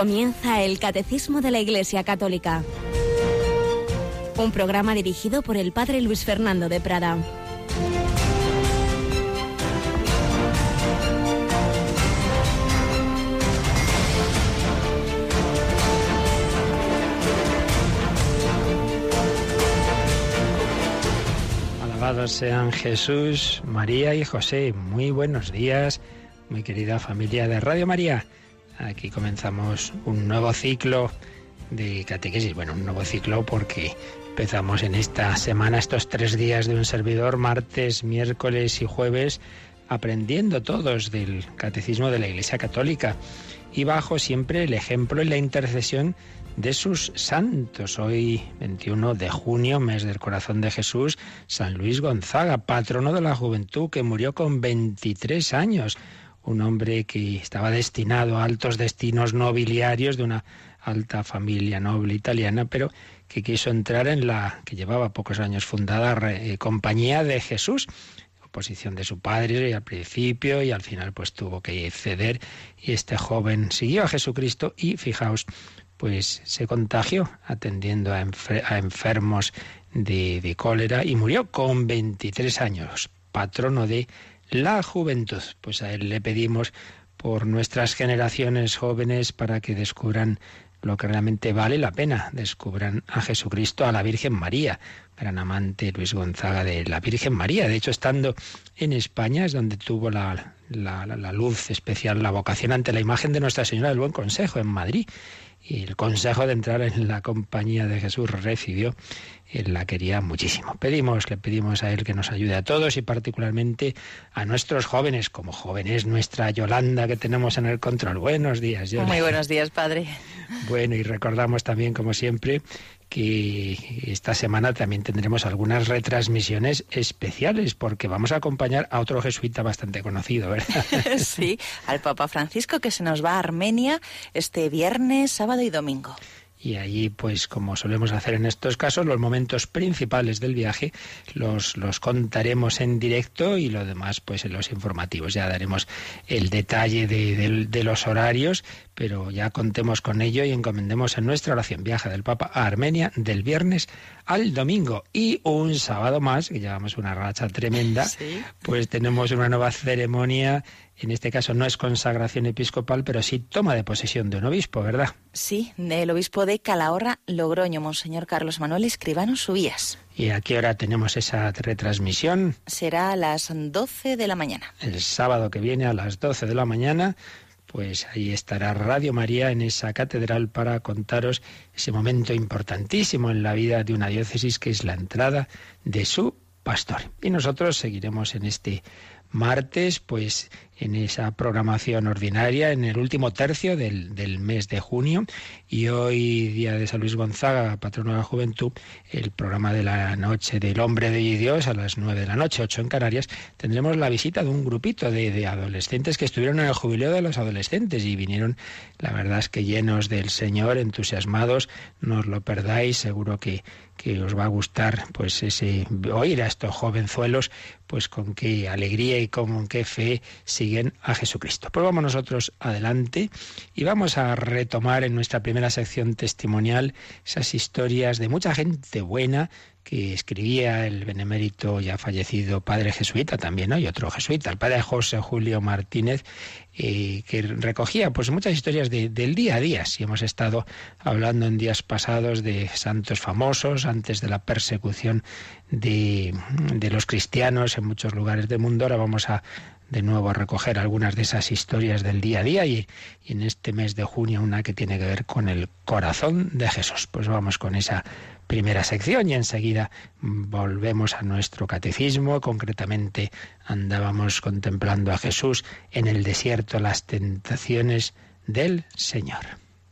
Comienza el Catecismo de la Iglesia Católica, un programa dirigido por el Padre Luis Fernando de Prada. Alabados sean Jesús, María y José. Muy buenos días, mi querida familia de Radio María. Aquí comenzamos un nuevo ciclo de catequesis. Bueno, un nuevo ciclo porque empezamos en esta semana, estos 3 días de un servidor, martes, miércoles y jueves, aprendiendo todos del Catecismo de la Iglesia Católica y bajo siempre el ejemplo y la intercesión de sus santos. Hoy, 21 de junio, mes del Corazón de Jesús, San Luis Gonzaga, patrono de la juventud, que murió con 23 años. Un hombre que estaba destinado a altos destinos nobiliarios de una alta familia noble italiana, pero que quiso entrar en la que llevaba pocos años fundada Compañía de Jesús, oposición de su padre al principio, y al final pues tuvo que ceder, y este joven siguió a Jesucristo y, fijaos, pues se contagió atendiendo a enfermos de cólera y murió con 23 años, patrono de la juventud. Pues a él le pedimos por nuestras generaciones jóvenes para que descubran lo que realmente vale la pena, descubran a Jesucristo, a la Virgen María, gran amante Luis Gonzaga de la Virgen María. De hecho, estando en España es donde tuvo la luz especial, la vocación ante la imagen de Nuestra Señora del Buen Consejo en Madrid. Y el consejo de entrar en la Compañía de Jesús recibió. Él la quería muchísimo. Le pedimos a él que nos ayude a todos y particularmente a nuestros jóvenes, como jóvenes nuestra Yolanda que tenemos en el control. Buenos días, Yolanda. Muy buenos días, padre. Bueno, y recordamos también, como siempre, que esta semana también tendremos algunas retransmisiones especiales, porque vamos a acompañar a otro jesuita bastante conocido, ¿verdad? Sí, al Papa Francisco, que se nos va a Armenia este viernes, sábado y domingo. Y allí, pues como solemos hacer en estos casos, los momentos principales del viaje los contaremos en directo y lo demás pues en los informativos. Ya daremos el detalle de los horarios, pero ya contemos con ello y encomendemos en nuestra oración viaje del Papa a Armenia del viernes al domingo. Y un sábado más, que llevamos una racha tremenda, ¿sí? Pues tenemos una nueva ceremonia. En este caso no es consagración episcopal, pero sí toma de posesión de un obispo, ¿verdad? Sí, del obispo de Calahorra, Logroño, Monseñor Carlos Manuel Escribano Subías. ¿Y a qué hora tenemos esa retransmisión? Será a las 12 de la mañana. El sábado que viene a las 12 de la mañana, pues ahí estará Radio María en esa catedral para contaros ese momento importantísimo en la vida de una diócesis, que es la entrada de su pastor. Y nosotros seguiremos en este martes, pues en esa programación ordinaria, en el último tercio del mes de junio, y hoy, día de San Luis Gonzaga, patrono de la juventud, el programa de la noche del Hombre de Dios a las 9 de la noche, 8 en Canarias, tendremos la visita de un grupito de adolescentes que estuvieron en el jubileo de los adolescentes y vinieron, la verdad es que llenos del Señor, entusiasmados. No os lo perdáis, seguro que os va a gustar pues oír a estos jovenzuelos pues con qué alegría y con qué fe siguen a Jesucristo. Pues vamos nosotros adelante y vamos a retomar en nuestra primera sección testimonial esas historias de mucha gente buena que escribía el benemérito ya fallecido padre jesuita también, ¿no? Y otro jesuita, el padre José Julio Martínez, que recogía pues muchas historias del día a día. Si hemos estado hablando en días pasados de santos famosos antes de la persecución de los cristianos en muchos lugares del mundo, ahora vamos a de nuevo a recoger algunas de esas historias del día a día y en este mes de junio una que tiene que ver con el corazón de Jesús. Pues vamos con esa primera sección y enseguida volvemos a nuestro catecismo. Concretamente andábamos contemplando a Jesús en el desierto, las tentaciones del Señor.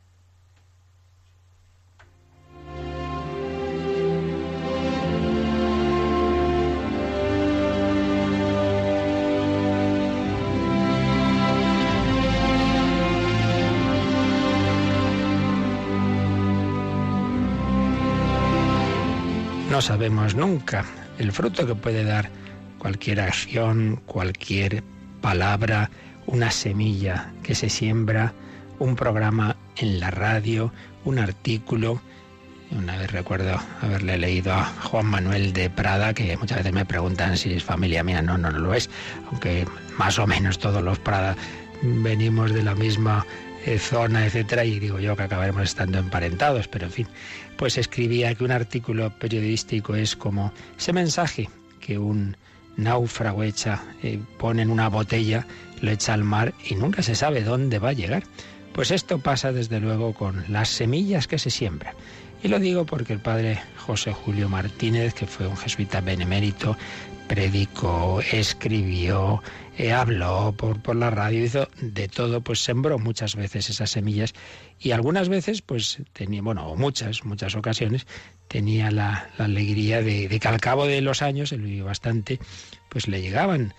No sabemos nunca el fruto que puede dar cualquier acción, cualquier palabra, una semilla que se siembra, un programa en la radio un artículo. Una vez recuerdo haberle leído a Juan Manuel de Prada, que muchas veces me preguntan si es familia mía. No lo es, aunque más o menos todos los Prada venimos de la misma zona, etcétera, y digo yo que acabaremos estando emparentados, pero en fin, pues escribía que un artículo periodístico es como ese mensaje que un náufrago pone en una botella, lo echa al mar y nunca se sabe dónde va a llegar. Pues esto pasa desde luego con las semillas que se siembran. Y lo digo porque el padre José Julio Martínez, que fue un jesuita benemérito, predicó, escribió, habló por la radio, hizo de todo, pues sembró muchas veces esas semillas y algunas veces, pues tenía, muchas ocasiones, tenía la alegría de que al cabo de los años, él vivió bastante, pues le llegaban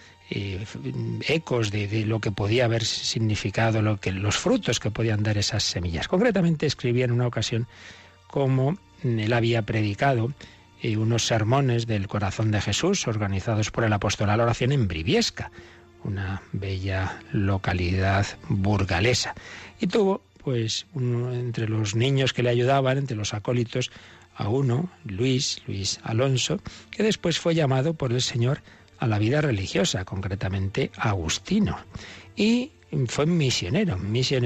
ecos de lo que podía haber significado, los frutos que podían dar esas semillas. Concretamente escribía en una ocasión cómo él había predicado unos sermones del corazón de Jesús organizados por el Apostolado a la Oración en Briviesca, una bella localidad burgalesa. Y tuvo, pues, entre los niños que le ayudaban, entre los acólitos, a uno, Luis Alonso, que después fue llamado por el Señor a la vida religiosa, concretamente Agustino. Y fue misionero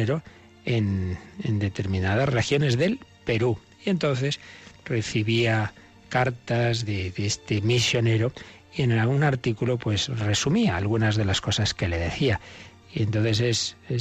en determinadas regiones del Perú. Y entonces recibía cartas de este misionero y en algún artículo pues resumía algunas de las cosas que le decía. Y entonces es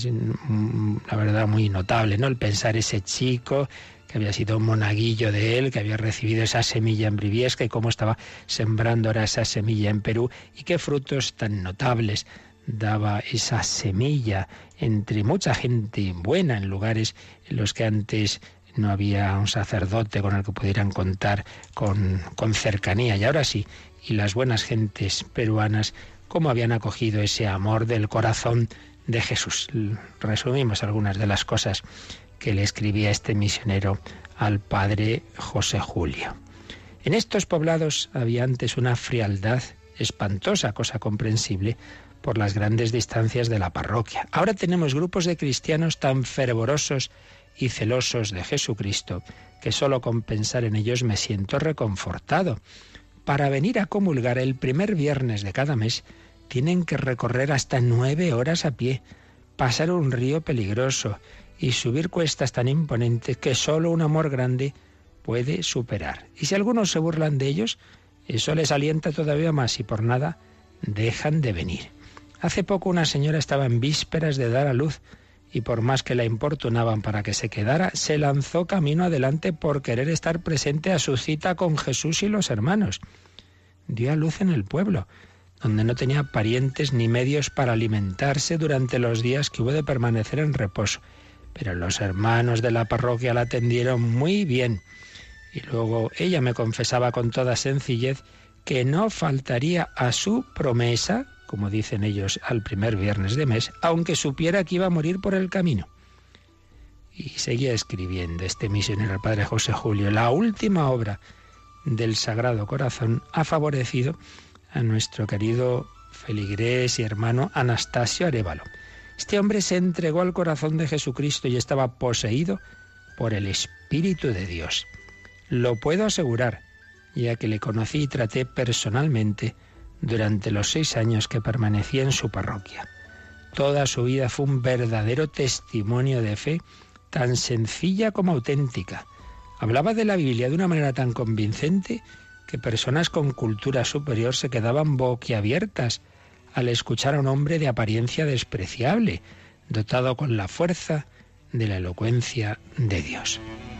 la verdad muy notable, ¿no? El pensar ese chico que había sido un monaguillo de él, que había recibido esa semilla en Briviesca y cómo estaba sembrando ahora esa semilla en Perú y qué frutos tan notables daba esa semilla entre mucha gente buena en lugares en los que antes no había un sacerdote con el que pudieran contar con cercanía. Y ahora sí, y las buenas gentes peruanas, cómo habían acogido ese amor del corazón de Jesús. Resumimos algunas de las cosas que le escribía este misionero al padre José Julio. En estos poblados había antes una frialdad espantosa, cosa comprensible por las grandes distancias de la parroquia. Ahora tenemos grupos de cristianos tan fervorosos y celosos de Jesucristo, que solo con pensar en ellos me siento reconfortado. Para venir a comulgar el primer viernes de cada mes, tienen que recorrer hasta 9 horas a pie, pasar un río peligroso y subir cuestas tan imponentes que solo un amor grande puede superar. Y si algunos se burlan de ellos, eso les alienta todavía más y por nada dejan de venir. Hace poco una señora estaba en vísperas de dar a luz y por más que la importunaban para que se quedara, se lanzó camino adelante por querer estar presente a su cita con Jesús y los hermanos. Dio a luz en el pueblo, donde no tenía parientes ni medios para alimentarse durante los días que hubo de permanecer en reposo. Pero los hermanos de la parroquia la atendieron muy bien. Y luego ella me confesaba con toda sencillez que no faltaría a su promesa, como dicen ellos, al primer viernes de mes, aunque supiera que iba a morir por el camino. Y seguía escribiendo este misionero, el padre José Julio. La última obra del Sagrado Corazón ha favorecido a nuestro querido feligrés y hermano Anastasio Arévalo. Este hombre se entregó al corazón de Jesucristo y estaba poseído por el Espíritu de Dios. Lo puedo asegurar, ya que le conocí y traté personalmente durante los 6 años que permanecí en su parroquia. Toda su vida fue un verdadero testimonio de fe, tan sencilla como auténtica. Hablaba de la Biblia de una manera tan convincente que personas con cultura superior se quedaban boquiabiertas al escuchar a un hombre de apariencia despreciable, dotado con la fuerza de la elocuencia de Dios.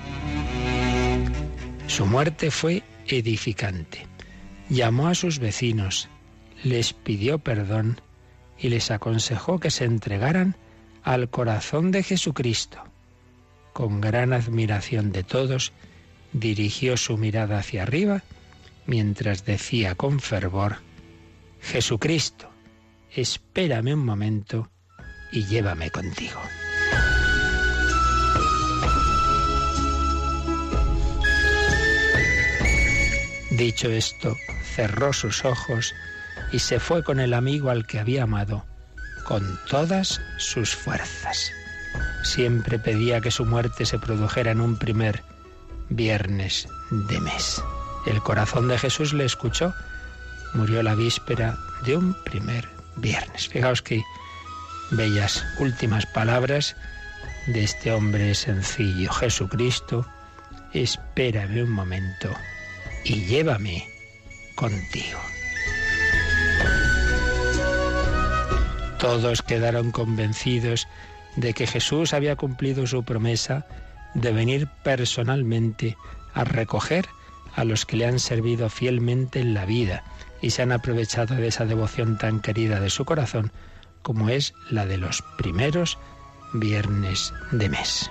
Su muerte fue edificante. Llamó a sus vecinos, les pidió perdón y les aconsejó que se entregaran al corazón de Jesucristo. Con gran admiración de todos, dirigió su mirada hacia arriba mientras decía con fervor: Jesucristo, espérame un momento y llévame contigo. Dicho esto, cerró sus ojos y se fue con el amigo al que había amado con todas sus fuerzas. siempre pedía que su muerte se produjera en un primer viernes de mes. El corazón de Jesús le escuchó. Murió la víspera de un primer viernes. Fijaos qué bellas últimas palabras de este hombre sencillo. Jesucristo, espérame un momento y llévame contigo. Todos quedaron convencidos de que Jesús había cumplido su promesa de venir personalmente a recoger a los que le han servido fielmente en la vida y se han aprovechado de esa devoción tan querida de su corazón como es la de los primeros viernes de mes.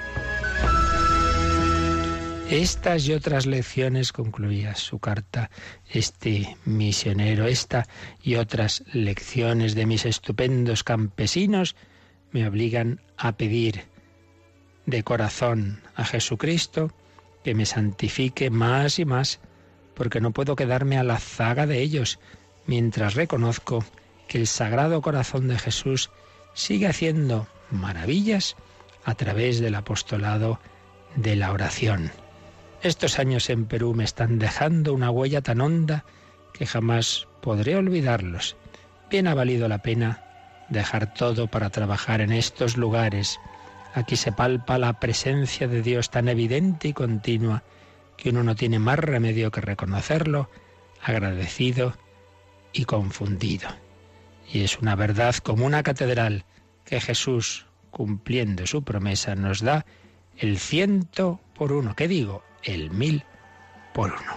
Estas y otras lecciones, concluía su carta este misionero, esta y otras lecciones de mis estupendos campesinos me obligan a pedir de corazón a Jesucristo que me santifique más y más, porque no puedo quedarme a la zaga de ellos, mientras reconozco que el Sagrado Corazón de Jesús sigue haciendo maravillas a través del apostolado de la oración. Estos años en Perú me están dejando una huella tan honda que jamás podré olvidarlos. Bien ha valido la pena dejar todo para trabajar en estos lugares. Aquí se palpa la presencia de Dios tan evidente y continua que uno no tiene más remedio que reconocerlo, agradecido y confundido. Y es una verdad como una catedral que Jesús, cumpliendo su promesa, nos da el 100 por 1. ¿Qué digo? El 1000 por 1.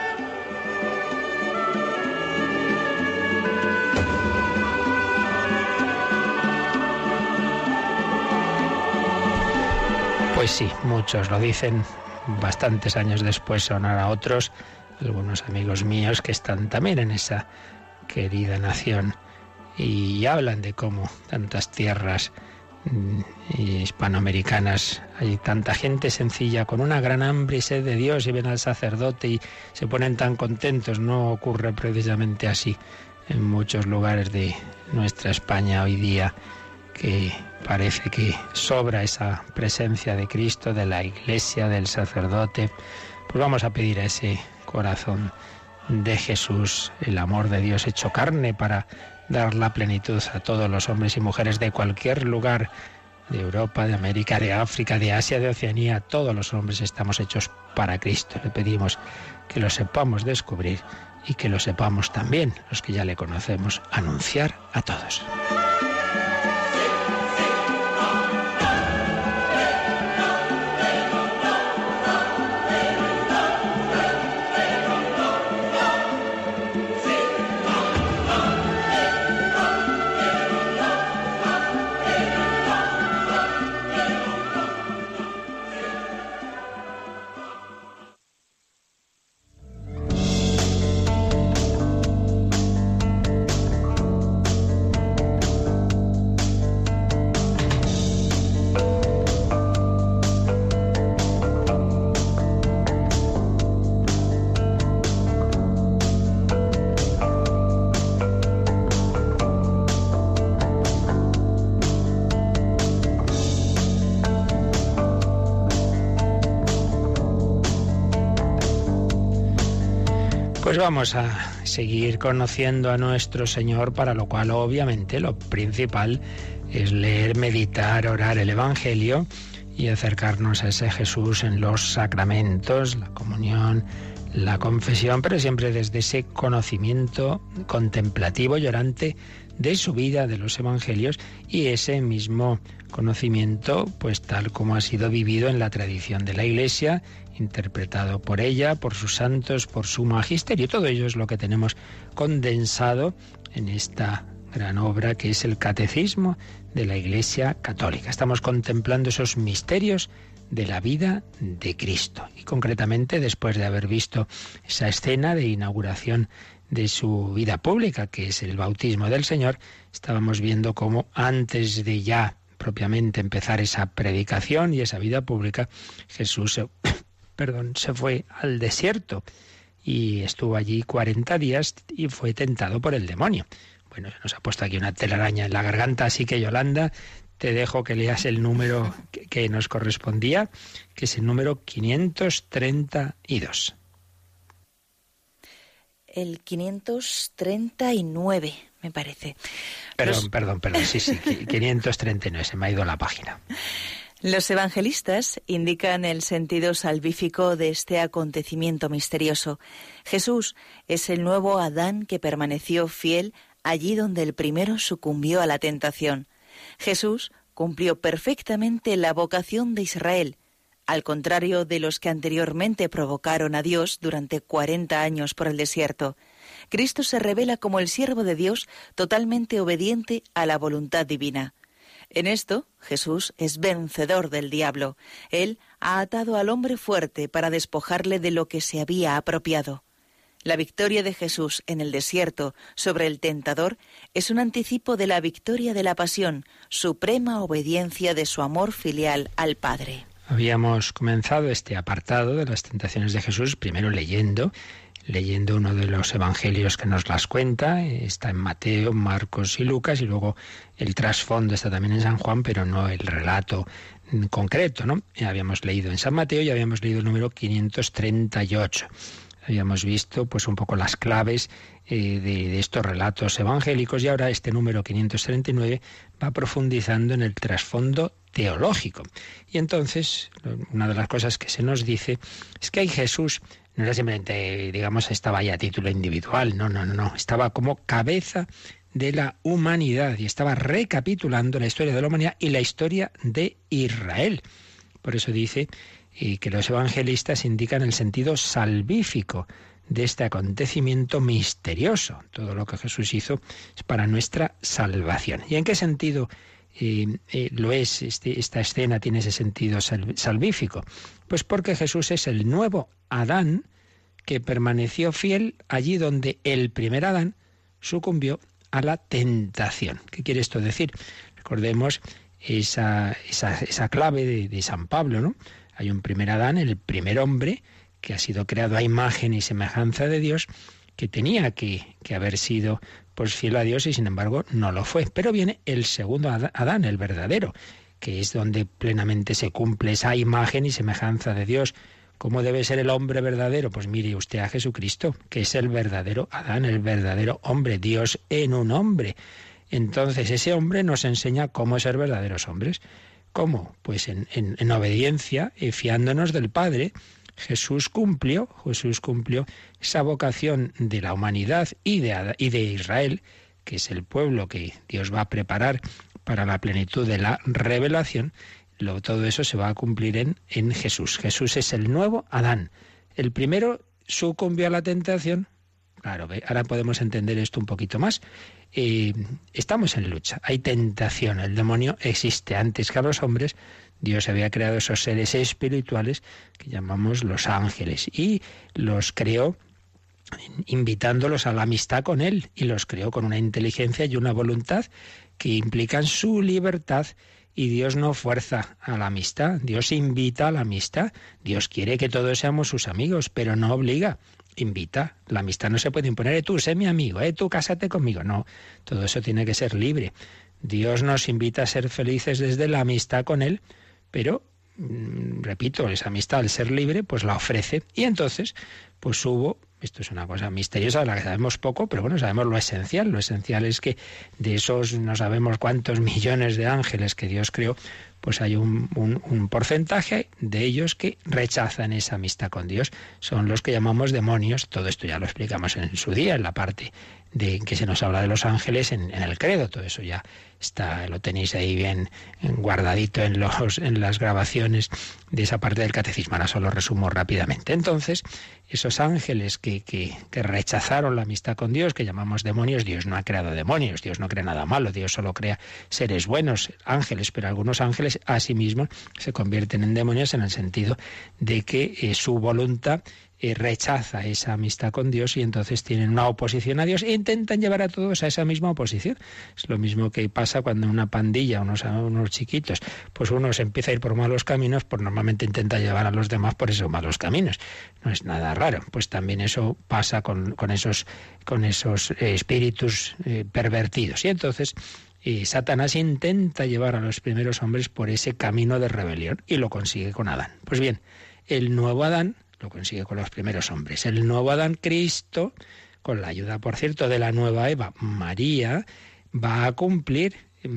Pues sí, muchos lo dicen. Bastantes años después son ahora otros, algunos amigos míos que están también en esa querida nación y hablan de cómo tantas tierras hispanoamericanas hay tanta gente sencilla con una gran hambre y sed de Dios y ven al sacerdote y se ponen tan contentos. No ocurre precisamente así en muchos lugares de nuestra España hoy día, que parece que sobra esa presencia de Cristo, de la Iglesia, del sacerdote. Pues vamos a pedir a ese corazón de Jesús, el amor de Dios hecho carne, para dar la plenitud a todos los hombres y mujeres de cualquier lugar, de Europa, de América, de África, de Asia, de Oceanía. Todos los hombres estamos hechos para Cristo. Le pedimos que lo sepamos descubrir y que lo sepamos también, los que ya le conocemos, anunciar a todos. Pues vamos a seguir conociendo a nuestro Señor, para lo cual obviamente lo principal es leer, meditar, orar el Evangelio y acercarnos a ese Jesús en los sacramentos, la comunión, la confesión, pero siempre desde ese conocimiento contemplativo y orante de su vida, de los Evangelios, y ese mismo conocimiento, pues tal como ha sido vivido en la tradición de la Iglesia, interpretado por ella, por sus santos, por su magisterio. Todo ello es lo que tenemos condensado en esta gran obra que es el Catecismo de la Iglesia Católica. Estamos contemplando esos misterios de la vida de Cristo. Y concretamente, después de haber visto esa escena de inauguración de su vida pública, que es el bautismo del Señor, estábamos viendo cómo antes de ya propiamente empezar esa predicación y esa vida pública, Jesús se fue al desierto y estuvo allí 40 días y fue tentado por el demonio. Bueno, se nos ha puesto aquí una telaraña en la garganta, así que Yolanda, te dejo que leas el número que nos correspondía, que es el número 532. El 539, me parece. Perdón, sí, 539, se me ha ido la página. Los evangelistas indican el sentido salvífico de este acontecimiento misterioso. Jesús es el nuevo Adán que permaneció fiel allí donde el primero sucumbió a la tentación. Jesús cumplió perfectamente la vocación de Israel, al contrario de los que anteriormente provocaron a Dios durante 40 años por el desierto. Cristo se revela como el siervo de Dios totalmente obediente a la voluntad divina. En esto, Jesús es vencedor del diablo. Él ha atado al hombre fuerte para despojarle de lo que se había apropiado. La victoria de Jesús en el desierto sobre el tentador es un anticipo de la victoria de la pasión, suprema obediencia de su amor filial al Padre. Habíamos comenzado este apartado de las tentaciones de Jesús, primero leyendo uno de los evangelios que nos las cuenta. Está en Mateo, Marcos y Lucas, y luego el trasfondo está también en San Juan, pero no el relato concreto, ¿no? Habíamos leído en San Mateo y habíamos leído el número 538. Habíamos visto pues un poco las claves de estos relatos evangélicos, y ahora este número 539 va profundizando en el trasfondo teológico. Y entonces, una de las cosas que se nos dice es que ahí Jesús no era simplemente, digamos, estaba ya a título individual, no, estaba como cabeza de la humanidad y estaba recapitulando la historia de la humanidad y la historia de Israel. Por eso dice que los evangelistas indican el sentido salvífico de este acontecimiento misterioso. Todo lo que Jesús hizo es para nuestra salvación. ¿Y en qué sentido lo es? Esta escena tiene ese sentido salvífico. Pues porque Jesús es el nuevo Adán que permaneció fiel allí donde el primer Adán sucumbió a la tentación. ¿Qué quiere esto decir? Recordemos esa clave de San Pablo, ¿no? Hay un primer Adán, el primer hombre, que ha sido creado a imagen y semejanza de Dios, que tenía que haber sido pues fiel a Dios y sin embargo no lo fue. Pero viene el segundo Adán, el verdadero, que es donde plenamente se cumple esa imagen y semejanza de Dios. ¿Cómo debe ser el hombre verdadero? Pues mire usted a Jesucristo, que es el verdadero Adán, el verdadero hombre, Dios en un hombre. Entonces ese hombre nos enseña cómo ser verdaderos hombres. ¿Cómo? Pues en obediencia y fiándonos del Padre. Jesús cumplió esa vocación de la humanidad y de Israel, que es el pueblo que Dios va a preparar para la plenitud de la revelación. Todo eso se va a cumplir en Jesús. Jesús es el nuevo Adán. El primero sucumbió a la tentación. Claro, ahora podemos entender esto un poquito más. Estamos en lucha, hay tentación, el demonio existe. Antes que a los hombres, Dios había creado esos seres espirituales que llamamos los ángeles y los creó invitándolos a la amistad con Él, y los creó con una inteligencia y una voluntad que implican su libertad. Y Dios no fuerza a la amistad, Dios invita a la amistad. Dios quiere que todos seamos sus amigos, pero no obliga, invita. La amistad no se puede imponer, tú sé mi amigo, tú cásate conmigo. No, todo eso tiene que ser libre. Dios nos invita a ser felices desde la amistad con Él, pero, repito, esa amistad al ser libre, pues la ofrece. Y entonces, pues esto es una cosa misteriosa de la que sabemos poco, pero bueno, sabemos lo esencial. Lo esencial es que de esos no sabemos cuántos millones de ángeles que Dios creó, pues hay un porcentaje de ellos que rechazan esa amistad con Dios. Son los que llamamos demonios. Todo esto ya lo explicamos en su día, en la parte de que se nos habla de los ángeles en el credo. Todo eso ya está, lo tenéis ahí bien guardadito en las grabaciones de esa parte del catecismo. Ahora solo resumo rápidamente. Entonces, esos ángeles que rechazaron la amistad con Dios, que llamamos demonios, Dios no ha creado demonios, Dios no crea nada malo, Dios solo crea seres buenos, ángeles, pero algunos ángeles asimismo se convierten en demonios en el sentido de que su voluntad rechaza esa amistad con Dios y entonces tienen una oposición a Dios e intentan llevar a todos a esa misma oposición. Es lo mismo que pasa cuando en una pandilla, unos chiquitos, pues uno se empieza a ir por malos caminos, pues normalmente intenta llevar a los demás por esos malos caminos. No es nada raro. Pues también eso pasa con esos espíritus pervertidos. Y entonces Satanás intenta llevar a los primeros hombres por ese camino de rebelión y lo consigue con Adán. Pues bien, el nuevo Adán lo consigue con los primeros hombres. El nuevo Adán, Cristo, con la ayuda, por cierto, de la nueva Eva, María, va a cumplir,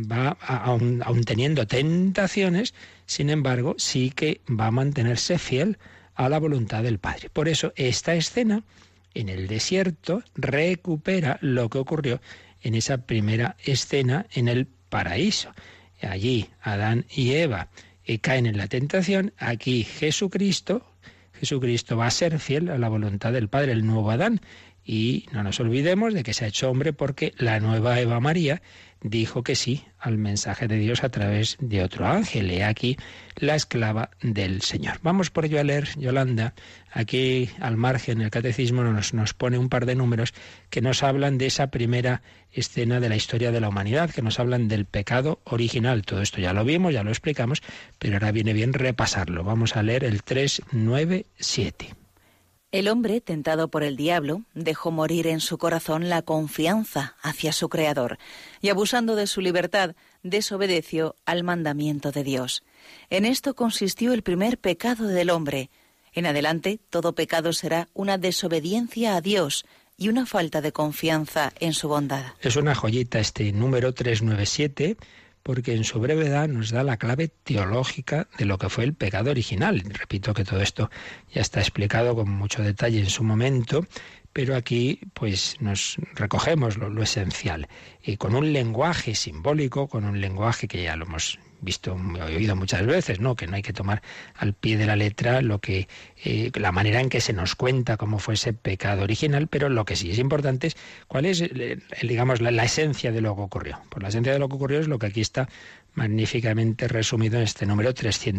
aun teniendo tentaciones, sin embargo, sí que va a mantenerse fiel a la voluntad del Padre. Por eso, esta escena en el desierto recupera lo que ocurrió en esa primera escena en el paraíso. Allí Adán y Eva caen en la tentación. Aquí Jesucristo va a ser fiel a la voluntad del Padre, el nuevo Adán. Y no nos olvidemos de que se ha hecho hombre porque la nueva Eva María dijo que sí al mensaje de Dios a través de otro ángel. He aquí la esclava del Señor. Vamos por ello a leer, Yolanda, aquí al margen el Catecismo nos pone un par de números que nos hablan de esa primera escena de la historia de la humanidad, que nos hablan del pecado original. Todo esto ya lo vimos, ya lo explicamos, pero ahora viene bien repasarlo. Vamos a leer el 397. El hombre, tentado por el diablo, dejó morir en su corazón la confianza hacia su Creador y, abusando de su libertad, desobedeció al mandamiento de Dios. En esto consistió el primer pecado del hombre. En adelante, todo pecado será una desobediencia a Dios y una falta de confianza en su bondad. Es una joyita este número 397, porque en su brevedad nos da la clave teológica de lo que fue el pecado original. Repito que todo esto ya está explicado con mucho detalle en su momento, pero aquí pues nos recogemos lo esencial. Y con un lenguaje simbólico, con un lenguaje que ya lo hemos visto, oído muchas veces, ¿no? Que no hay que tomar al pie de la letra lo que la manera en que se nos cuenta cómo fue ese pecado original, pero lo que sí es importante es cuál es, digamos, la esencia de lo que ocurrió. Pues la esencia de lo que ocurrió es lo que aquí está magníficamente resumido en este número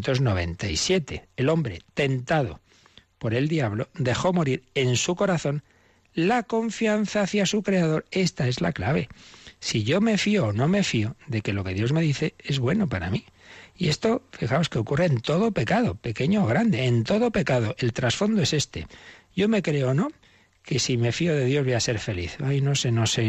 397. El hombre, tentado por el diablo, dejó morir en su corazón la confianza hacia su Creador. Esta es la clave. Si yo me fío o no me fío de que lo que Dios me dice es bueno para mí. Y esto, fijaos que ocurre en todo pecado, pequeño o grande, en todo pecado. El trasfondo es este. Yo me creo o no que si me fío de Dios voy a ser feliz. Ay, no sé.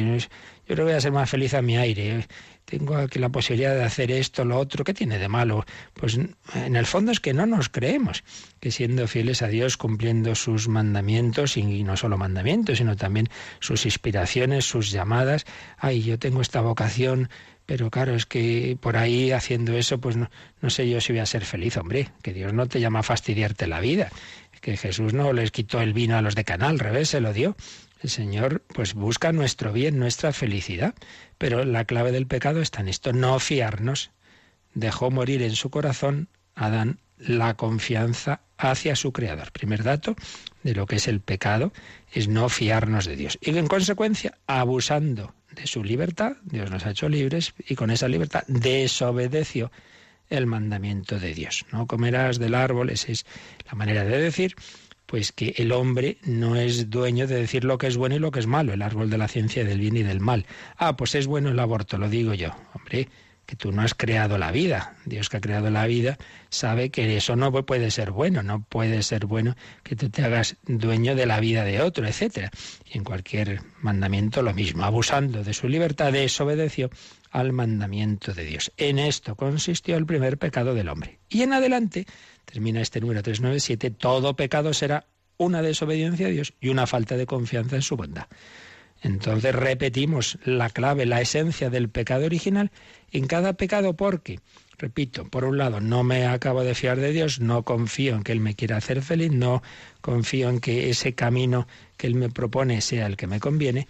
Yo creo que voy a ser más feliz a mi aire. Tengo aquí la posibilidad de hacer esto, lo otro. ¿Qué tiene de malo? Pues en el fondo es que no nos creemos que siendo fieles a Dios, cumpliendo sus mandamientos, y no solo mandamientos, sino también sus inspiraciones, sus llamadas. Ay, yo tengo esta vocación, pero claro, es que por ahí haciendo eso, pues no sé yo si voy a ser feliz. Hombre, que Dios no te llama a fastidiarte la vida. Que Jesús no les quitó el vino a los de Caná, al revés, se lo dio. El Señor pues busca nuestro bien, nuestra felicidad. Pero la clave del pecado está en esto, no fiarnos. Dejó morir en su corazón, Adán, la confianza hacia su Creador. Primer dato de lo que es el pecado es no fiarnos de Dios. Y en consecuencia, abusando de su libertad, Dios nos ha hecho libres, y con esa libertad desobedeció el mandamiento de Dios. No comerás del árbol, esa es la manera de decir, pues que el hombre no es dueño de decir lo que es bueno y lo que es malo, el árbol de la ciencia del bien y del mal. Ah, pues es bueno el aborto, lo digo yo. Hombre, que tú no has creado la vida. Dios que ha creado la vida sabe que eso no puede ser bueno, no puede ser bueno que tú te hagas dueño de la vida de otro, etcétera. Y en cualquier mandamiento lo mismo, abusando de su libertad, desobedeció al mandamiento de Dios. En esto consistió el primer pecado del hombre. Y en adelante, termina este número 397, todo pecado será una desobediencia a Dios y una falta de confianza en su bondad. Entonces repetimos la clave, la esencia del pecado original en cada pecado, porque, repito, por un lado, no me acabo de fiar de Dios, no confío en que Él me quiera hacer feliz, no confío en que ese camino que Él me propone sea el que me conviene,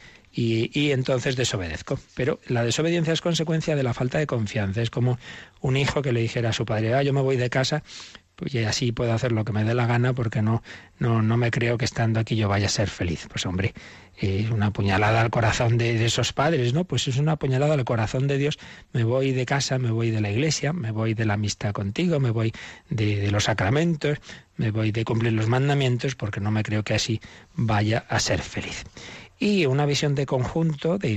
y entonces desobedezco. Pero la desobediencia es consecuencia de la falta de confianza. Es como un hijo que le dijera a su padre, yo me voy de casa, pues y así puedo hacer lo que me dé la gana porque no me creo que estando aquí yo vaya a ser feliz. Pues hombre, es una puñalada al corazón de esos padres, ¿no? Pues es una puñalada al corazón de Dios. Me voy de casa, me voy de la iglesia, me voy de la amistad contigo, me voy de los sacramentos, me voy de cumplir los mandamientos porque no me creo que así vaya a ser feliz. Y una visión de conjunto de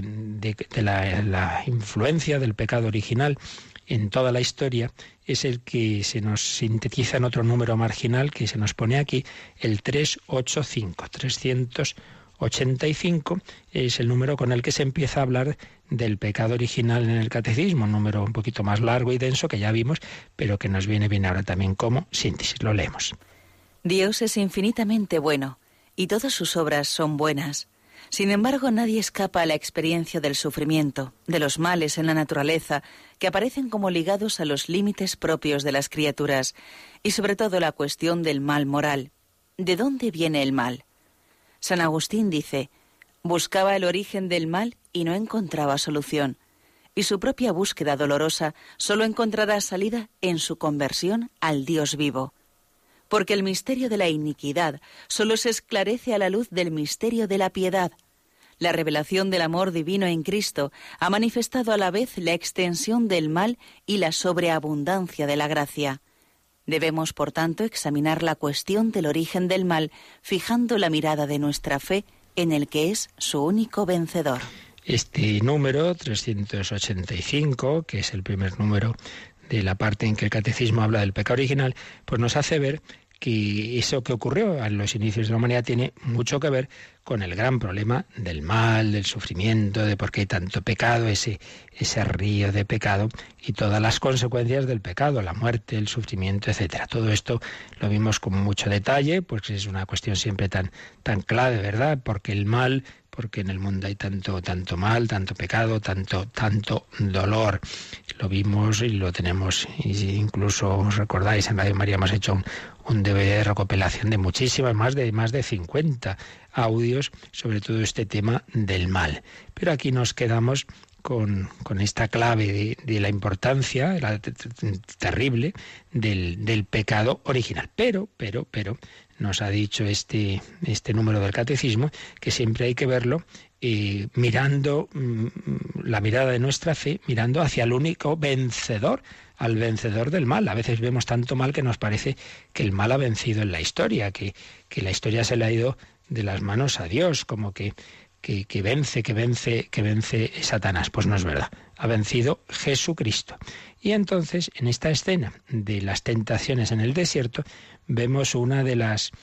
la influencia del pecado original en toda la historia es el que se nos sintetiza en otro número marginal que se nos pone aquí, el 385. 85 es el número con el que se empieza a hablar del pecado original en el catecismo, un número un poquito más largo y denso que ya vimos, pero que nos viene bien ahora también como síntesis. Lo leemos. Dios es infinitamente bueno, y todas sus obras son buenas. Sin embargo, nadie escapa a la experiencia del sufrimiento, de los males en la naturaleza, que aparecen como ligados a los límites propios de las criaturas, y sobre todo la cuestión del mal moral. ¿De dónde viene el mal? San Agustín dice: buscaba el origen del mal y no encontraba solución, y su propia búsqueda dolorosa solo encontrará salida en su conversión al Dios vivo. Porque el misterio de la iniquidad solo se esclarece a la luz del misterio de la piedad. La revelación del amor divino en Cristo ha manifestado a la vez la extensión del mal y la sobreabundancia de la gracia. Debemos, por tanto, examinar la cuestión del origen del mal, fijando la mirada de nuestra fe en el que es su único vencedor. Este número 385, que es el primer número de la parte en que el catecismo habla del pecado original, pues nos hace ver que eso que ocurrió en los inicios de la humanidad tiene mucho que ver con el gran problema del mal, del sufrimiento, de por qué hay tanto pecado, ese río de pecado y todas las consecuencias del pecado, la muerte, el sufrimiento, etcétera. Todo esto lo vimos con mucho detalle, pues es una cuestión siempre tan clave, ¿verdad? Porque el mal, porque en el mundo hay tanto mal, tanto pecado, tanto dolor. Lo vimos y lo tenemos, y incluso os recordáis, en Radio María hemos hecho un DVD de recopilación de muchísimas, más de 50 audios sobre todo este tema del mal. Pero aquí nos quedamos con esta clave de la importancia terrible del pecado original. Pero nos ha dicho este número del catecismo que siempre hay que verlo mirando la mirada de nuestra fe, mirando hacia el único vencedor, al vencedor del mal. A veces vemos tanto mal que nos parece que el mal ha vencido en la historia, que la historia se le ha ido de las manos a Dios, como que vence Satanás. Pues no es verdad. Ha vencido Jesucristo. Y entonces, en esta escena de las tentaciones en el desierto, vemos una de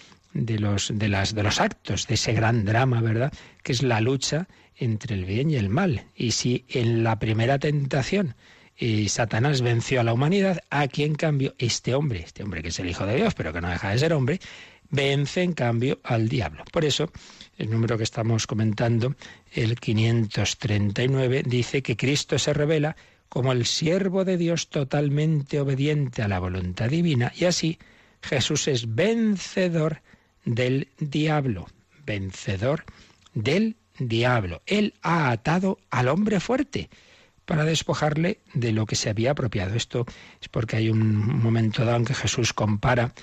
los actos de ese gran drama, ¿verdad?, que es la lucha entre el bien y el mal. Y si en la primera tentación Satanás venció a la humanidad, aquí en cambio este hombre que es el Hijo de Dios, pero que no deja de ser hombre, vence en cambio al diablo. Por eso, el número que estamos comentando, el 539, dice que Cristo se revela como el siervo de Dios totalmente obediente a la voluntad divina, y así Jesús es vencedor del diablo, vencedor del diablo. Él ha atado al hombre fuerte para despojarle de lo que se había apropiado. Esto es porque hay un momento dado en que Jesús compara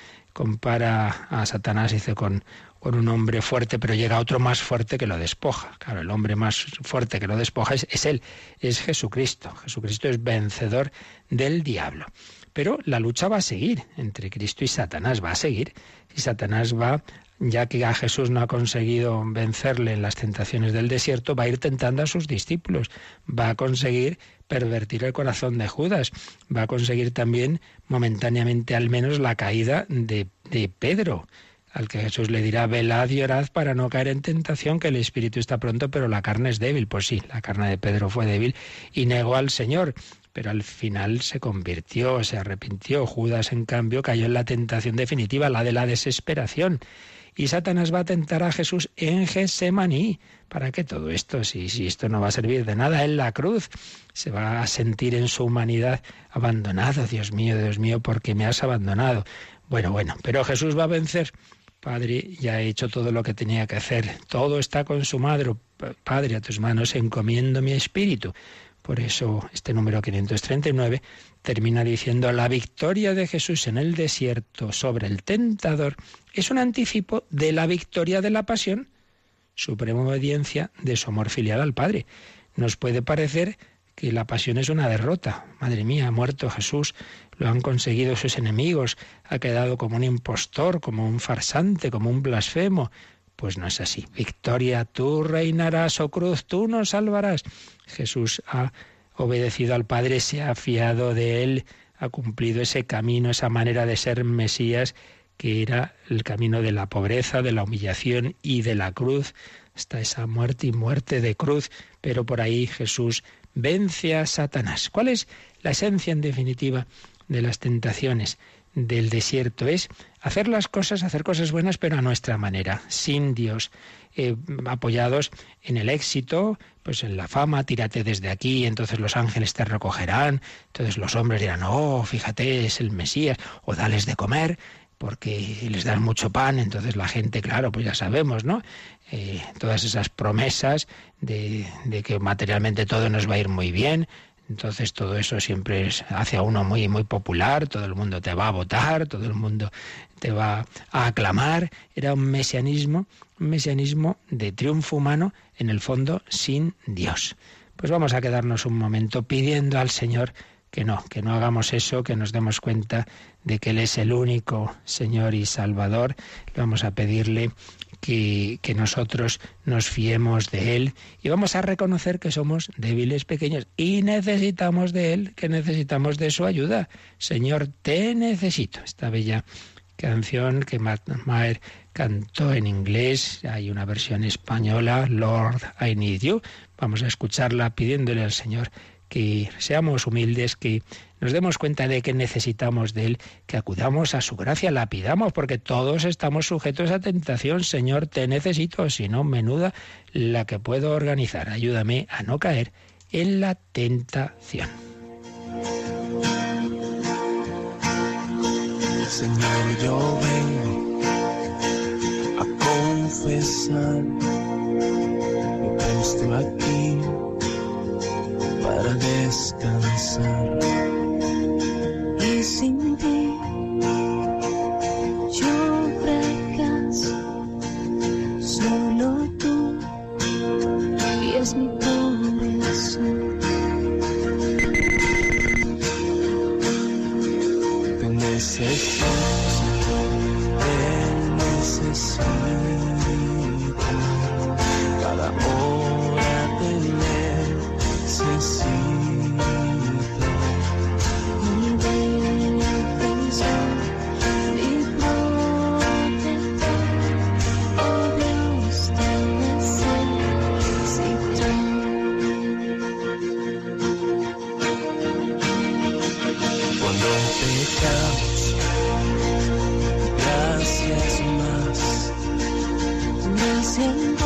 a Satanás, dice, con un hombre fuerte, pero llega otro más fuerte que lo despoja. Claro, el hombre más fuerte que lo despoja es él, es Jesucristo. Jesucristo es vencedor del diablo. Pero la lucha va a seguir entre Cristo y Satanás, va a seguir. Y Satanás va, ya que a Jesús no ha conseguido vencerle en las tentaciones del desierto, va a ir tentando a sus discípulos, va a conseguir pervertir el corazón de Judas, va a conseguir también momentáneamente al menos la caída de Pedro, al que Jesús le dirá: velad y orad para no caer en tentación, que el espíritu está pronto, pero la carne es débil. Pues sí, la carne de Pedro fue débil y negó al Señor, pero al final se convirtió, se arrepintió. Judas, en cambio, cayó en la tentación definitiva, la de la desesperación. Y Satanás va a tentar a Jesús en Getsemaní. ¿Para qué todo esto? Si esto no va a servir de nada, en la cruz se va a sentir en su humanidad abandonado. Dios mío, ¿por qué me has abandonado? Bueno, pero Jesús va a vencer. Padre, ya he hecho todo lo que tenía que hacer. Todo está consumado. Padre, a tus manos encomiendo mi espíritu. Por eso este número 539 termina diciendo: la victoria de Jesús en el desierto sobre el tentador es un anticipo de la victoria de la pasión, suprema obediencia de su amor filial al Padre. Nos puede parecer que la pasión es una derrota. Madre mía, ha muerto Jesús, lo han conseguido sus enemigos, ha quedado como un impostor, como un farsante, como un blasfemo. Pues no es así. Victoria, tú reinarás, oh cruz, tú nos salvarás. Jesús ha obedecido al Padre, se ha fiado de Él, ha cumplido ese camino, esa manera de ser Mesías que era el camino de la pobreza, de la humillación y de la cruz, hasta esa muerte y muerte de cruz, pero por ahí Jesús vence a Satanás. ¿Cuál es la esencia, en definitiva, de las tentaciones del desierto? Es hacer las cosas, hacer cosas buenas, pero a nuestra manera, sin Dios, apoyados en el éxito, pues en la fama, tírate desde aquí, entonces los ángeles te recogerán, entonces los hombres dirán, oh, fíjate, es el Mesías, o dales de comer, porque les dan mucho pan, entonces la gente, claro, pues ya sabemos, ¿no? Todas esas promesas de que materialmente todo nos va a ir muy bien. Entonces todo eso siempre hace a uno muy, muy popular, todo el mundo te va a votar, todo el mundo te va a aclamar. Era un mesianismo de triunfo humano, en el fondo sin Dios. Pues vamos a quedarnos un momento pidiendo al Señor que no hagamos eso, que nos demos cuenta de que Él es el único Señor y Salvador. Le vamos a pedirle que nosotros nos fiemos de Él y vamos a reconocer que somos débiles, pequeños y necesitamos de Él, que necesitamos de su ayuda. Señor, te necesito. Esta bella canción que Matt Maher cantó en inglés, hay una versión española, Lord, I Need You. Vamos a escucharla pidiéndole al Señor que seamos humildes, que nos demos cuenta de que necesitamos de Él, que acudamos a su gracia, la pidamos, porque todos estamos sujetos a tentación. Señor, te necesito, si no, menuda la que puedo organizar. Ayúdame a no caer en la tentación. Señor, yo vengo a confesar mi puesto aquí para descansar. Y sin ti yo fracaso, solo tú y es mi corazón. Te necesito, te necesito, cada hora te necesito. Gracias más. Me siento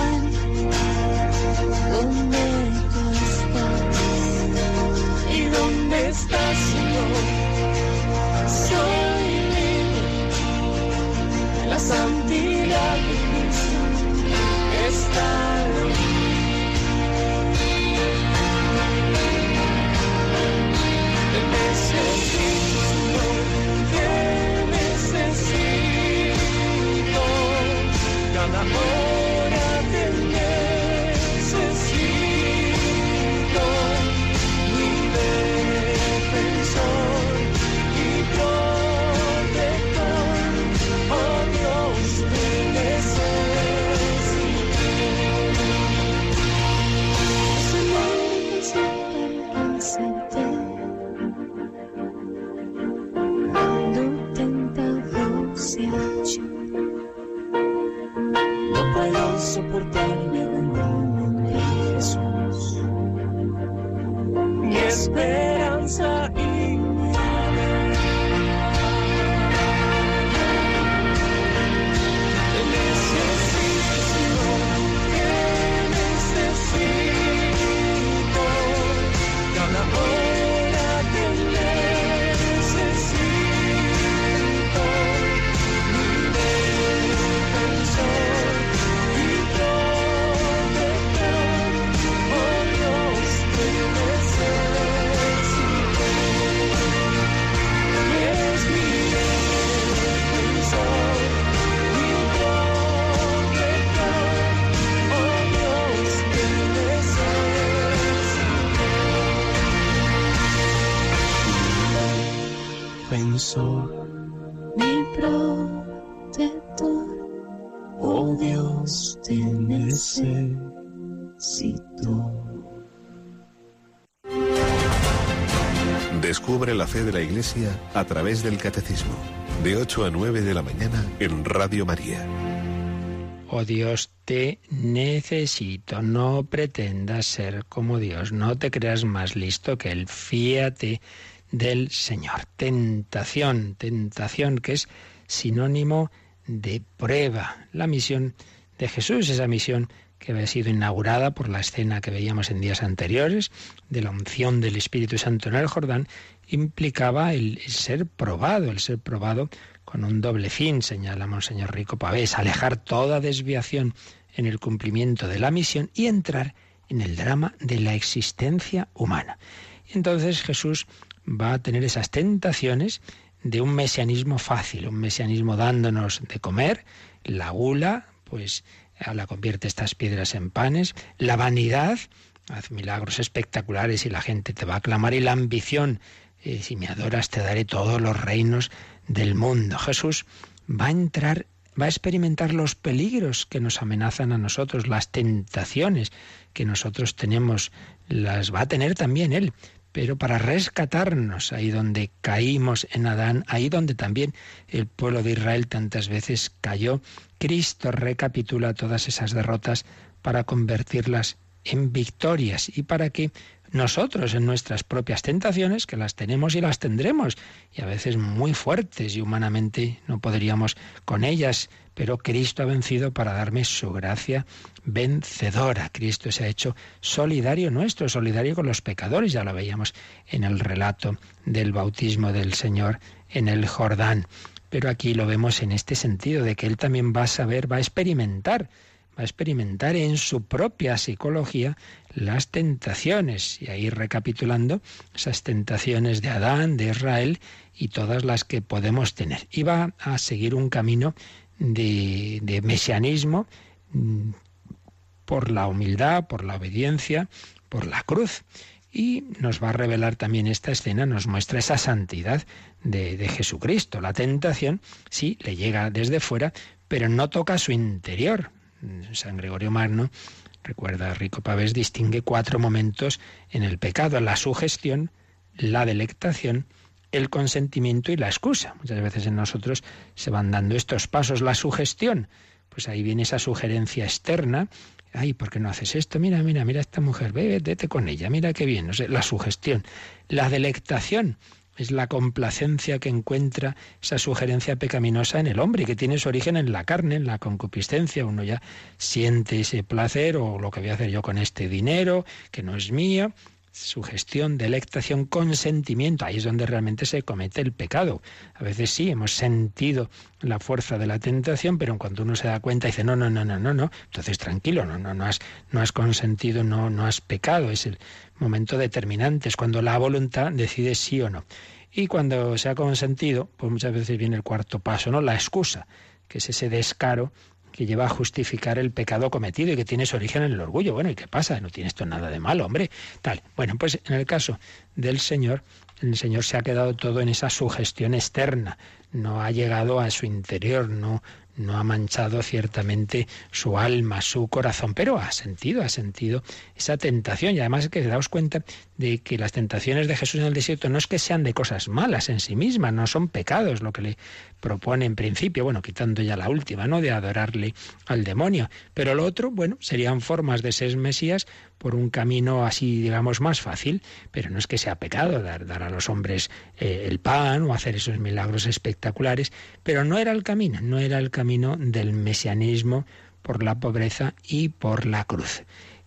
donde tú estás. ¿Y dónde estás, Señor? Soy libre. La santidad de Cristo está en mí. Te necesito, Señor. Te necesito. Cada hora te necesito. Mi defensor y protector. Oh Dios, te necesito. Cuando tentado se halla, no puedo soportar mi abandono de Jesús. Mi esperanza y mi fe. Te necesito, Señor, te necesito. Cada hora te necesito. Mi defensor y protector. Oh Dios, te necesito. Eres mi defensor y protector. Oh Dios, te necesito. Defensor, mi protector, oh Dios, te necesito. Descubre la fe de la Iglesia a través del Catecismo, de 8 a 9 de la mañana en Radio María. Oh Dios, te necesito, no pretendas ser como Dios, no te creas más listo que Él, fíate del Señor. Tentación, tentación que es sinónimo de prueba. La misión de Jesús, esa misión que había sido inaugurada por la escena que veíamos en días anteriores, de la unción del Espíritu Santo en el Jordán, implicaba el ser probado con un doble fin, señala Monseñor Rico Pavés, alejar toda desviación en el cumplimiento de la misión y entrar en el drama de la existencia humana. Y entonces Jesús va a tener esas tentaciones de un mesianismo fácil, un mesianismo dándonos de comer, la gula, pues la convierte estas piedras en panes, la vanidad, haz milagros espectaculares y la gente te va a aclamar, y la ambición, si me adoras te daré todos los reinos del mundo. Jesús va a experimentar los peligros que nos amenazan a nosotros, las tentaciones que nosotros tenemos, las va a tener también Él, pero para rescatarnos, ahí donde caímos en Adán, ahí donde también el pueblo de Israel tantas veces cayó, Cristo recapitula todas esas derrotas para convertirlas en victorias y para que nosotros en nuestras propias tentaciones, que las tenemos y las tendremos, y a veces muy fuertes y humanamente no podríamos con ellas, pero Cristo ha vencido para darme su gracia vencedora. Cristo se ha hecho solidario nuestro, solidario con los pecadores, ya lo veíamos en el relato del bautismo del Señor en el Jordán. Pero aquí lo vemos en este sentido, de que Él también va a experimentar en su propia psicología las tentaciones, y ahí recapitulando esas tentaciones de Adán, de Israel y todas las que podemos tener. Y va a seguir un camino de mesianismo por la humildad, por la obediencia, por la cruz. Y nos va a revelar también esta escena, nos muestra esa santidad de Jesucristo. La tentación sí le llega desde fuera, pero no toca su interior. San Gregorio Magno, recuerda Rico Pavés, distingue 4 momentos en el pecado: la sugestión, la delectación, el consentimiento y la excusa. Muchas veces en nosotros se van dando estos pasos. La sugestión, pues ahí viene esa sugerencia externa. Ay, ¿por qué no haces esto? Mira esta mujer, vete con ella, mira qué bien. O sea, la sugestión. La delectación es la complacencia que encuentra esa sugerencia pecaminosa en el hombre, que tiene su origen en la carne, en la concupiscencia. Uno ya siente ese placer, o lo que voy a hacer yo con este dinero, que no es mío. Sugestión, delectación, consentimiento. Ahí es donde realmente se comete el pecado. A veces sí, hemos sentido la fuerza de la tentación, pero en cuanto uno se da cuenta dice, no, entonces tranquilo, no has consentido, no has pecado. Es el momento determinante, es cuando la voluntad decide sí o no. Y cuando se ha consentido, pues muchas veces viene el 4º paso, ¿no? La excusa, que es ese descaro que lleva a justificar el pecado cometido y que tiene su origen en el orgullo. Bueno, ¿y qué pasa? No tiene esto nada de malo, hombre. Tal. Bueno, pues en el caso del Señor, el Señor se ha quedado todo en esa sugestión externa. No ha llegado a su interior, no ha manchado ciertamente su alma, su corazón, pero ha sentido esa tentación. Y además es que daos cuenta de que las tentaciones de Jesús en el desierto no es que sean de cosas malas en sí mismas, no son pecados lo que le propone en principio, bueno, quitando ya la última, ¿no?, de adorarle al demonio. Pero lo otro, bueno, serían formas de ser Mesías por un camino así, digamos, más fácil, pero no es que sea pecado dar a los hombres el pan o hacer esos milagros espectaculares, pero no era el camino del mesianismo por la pobreza y por la cruz.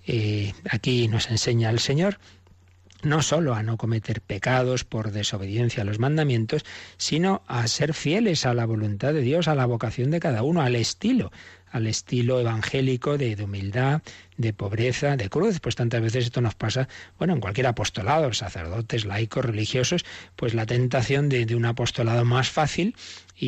Aquí nos enseña el Señor no solo a no cometer pecados por desobediencia a los mandamientos, sino a ser fieles a la voluntad de Dios, a la vocación de cada uno, al estilo evangélico de humildad, de pobreza, de cruz. Pues tantas veces esto nos pasa, bueno, en cualquier apostolado, sacerdotes, laicos, religiosos, pues la tentación de un apostolado más fácil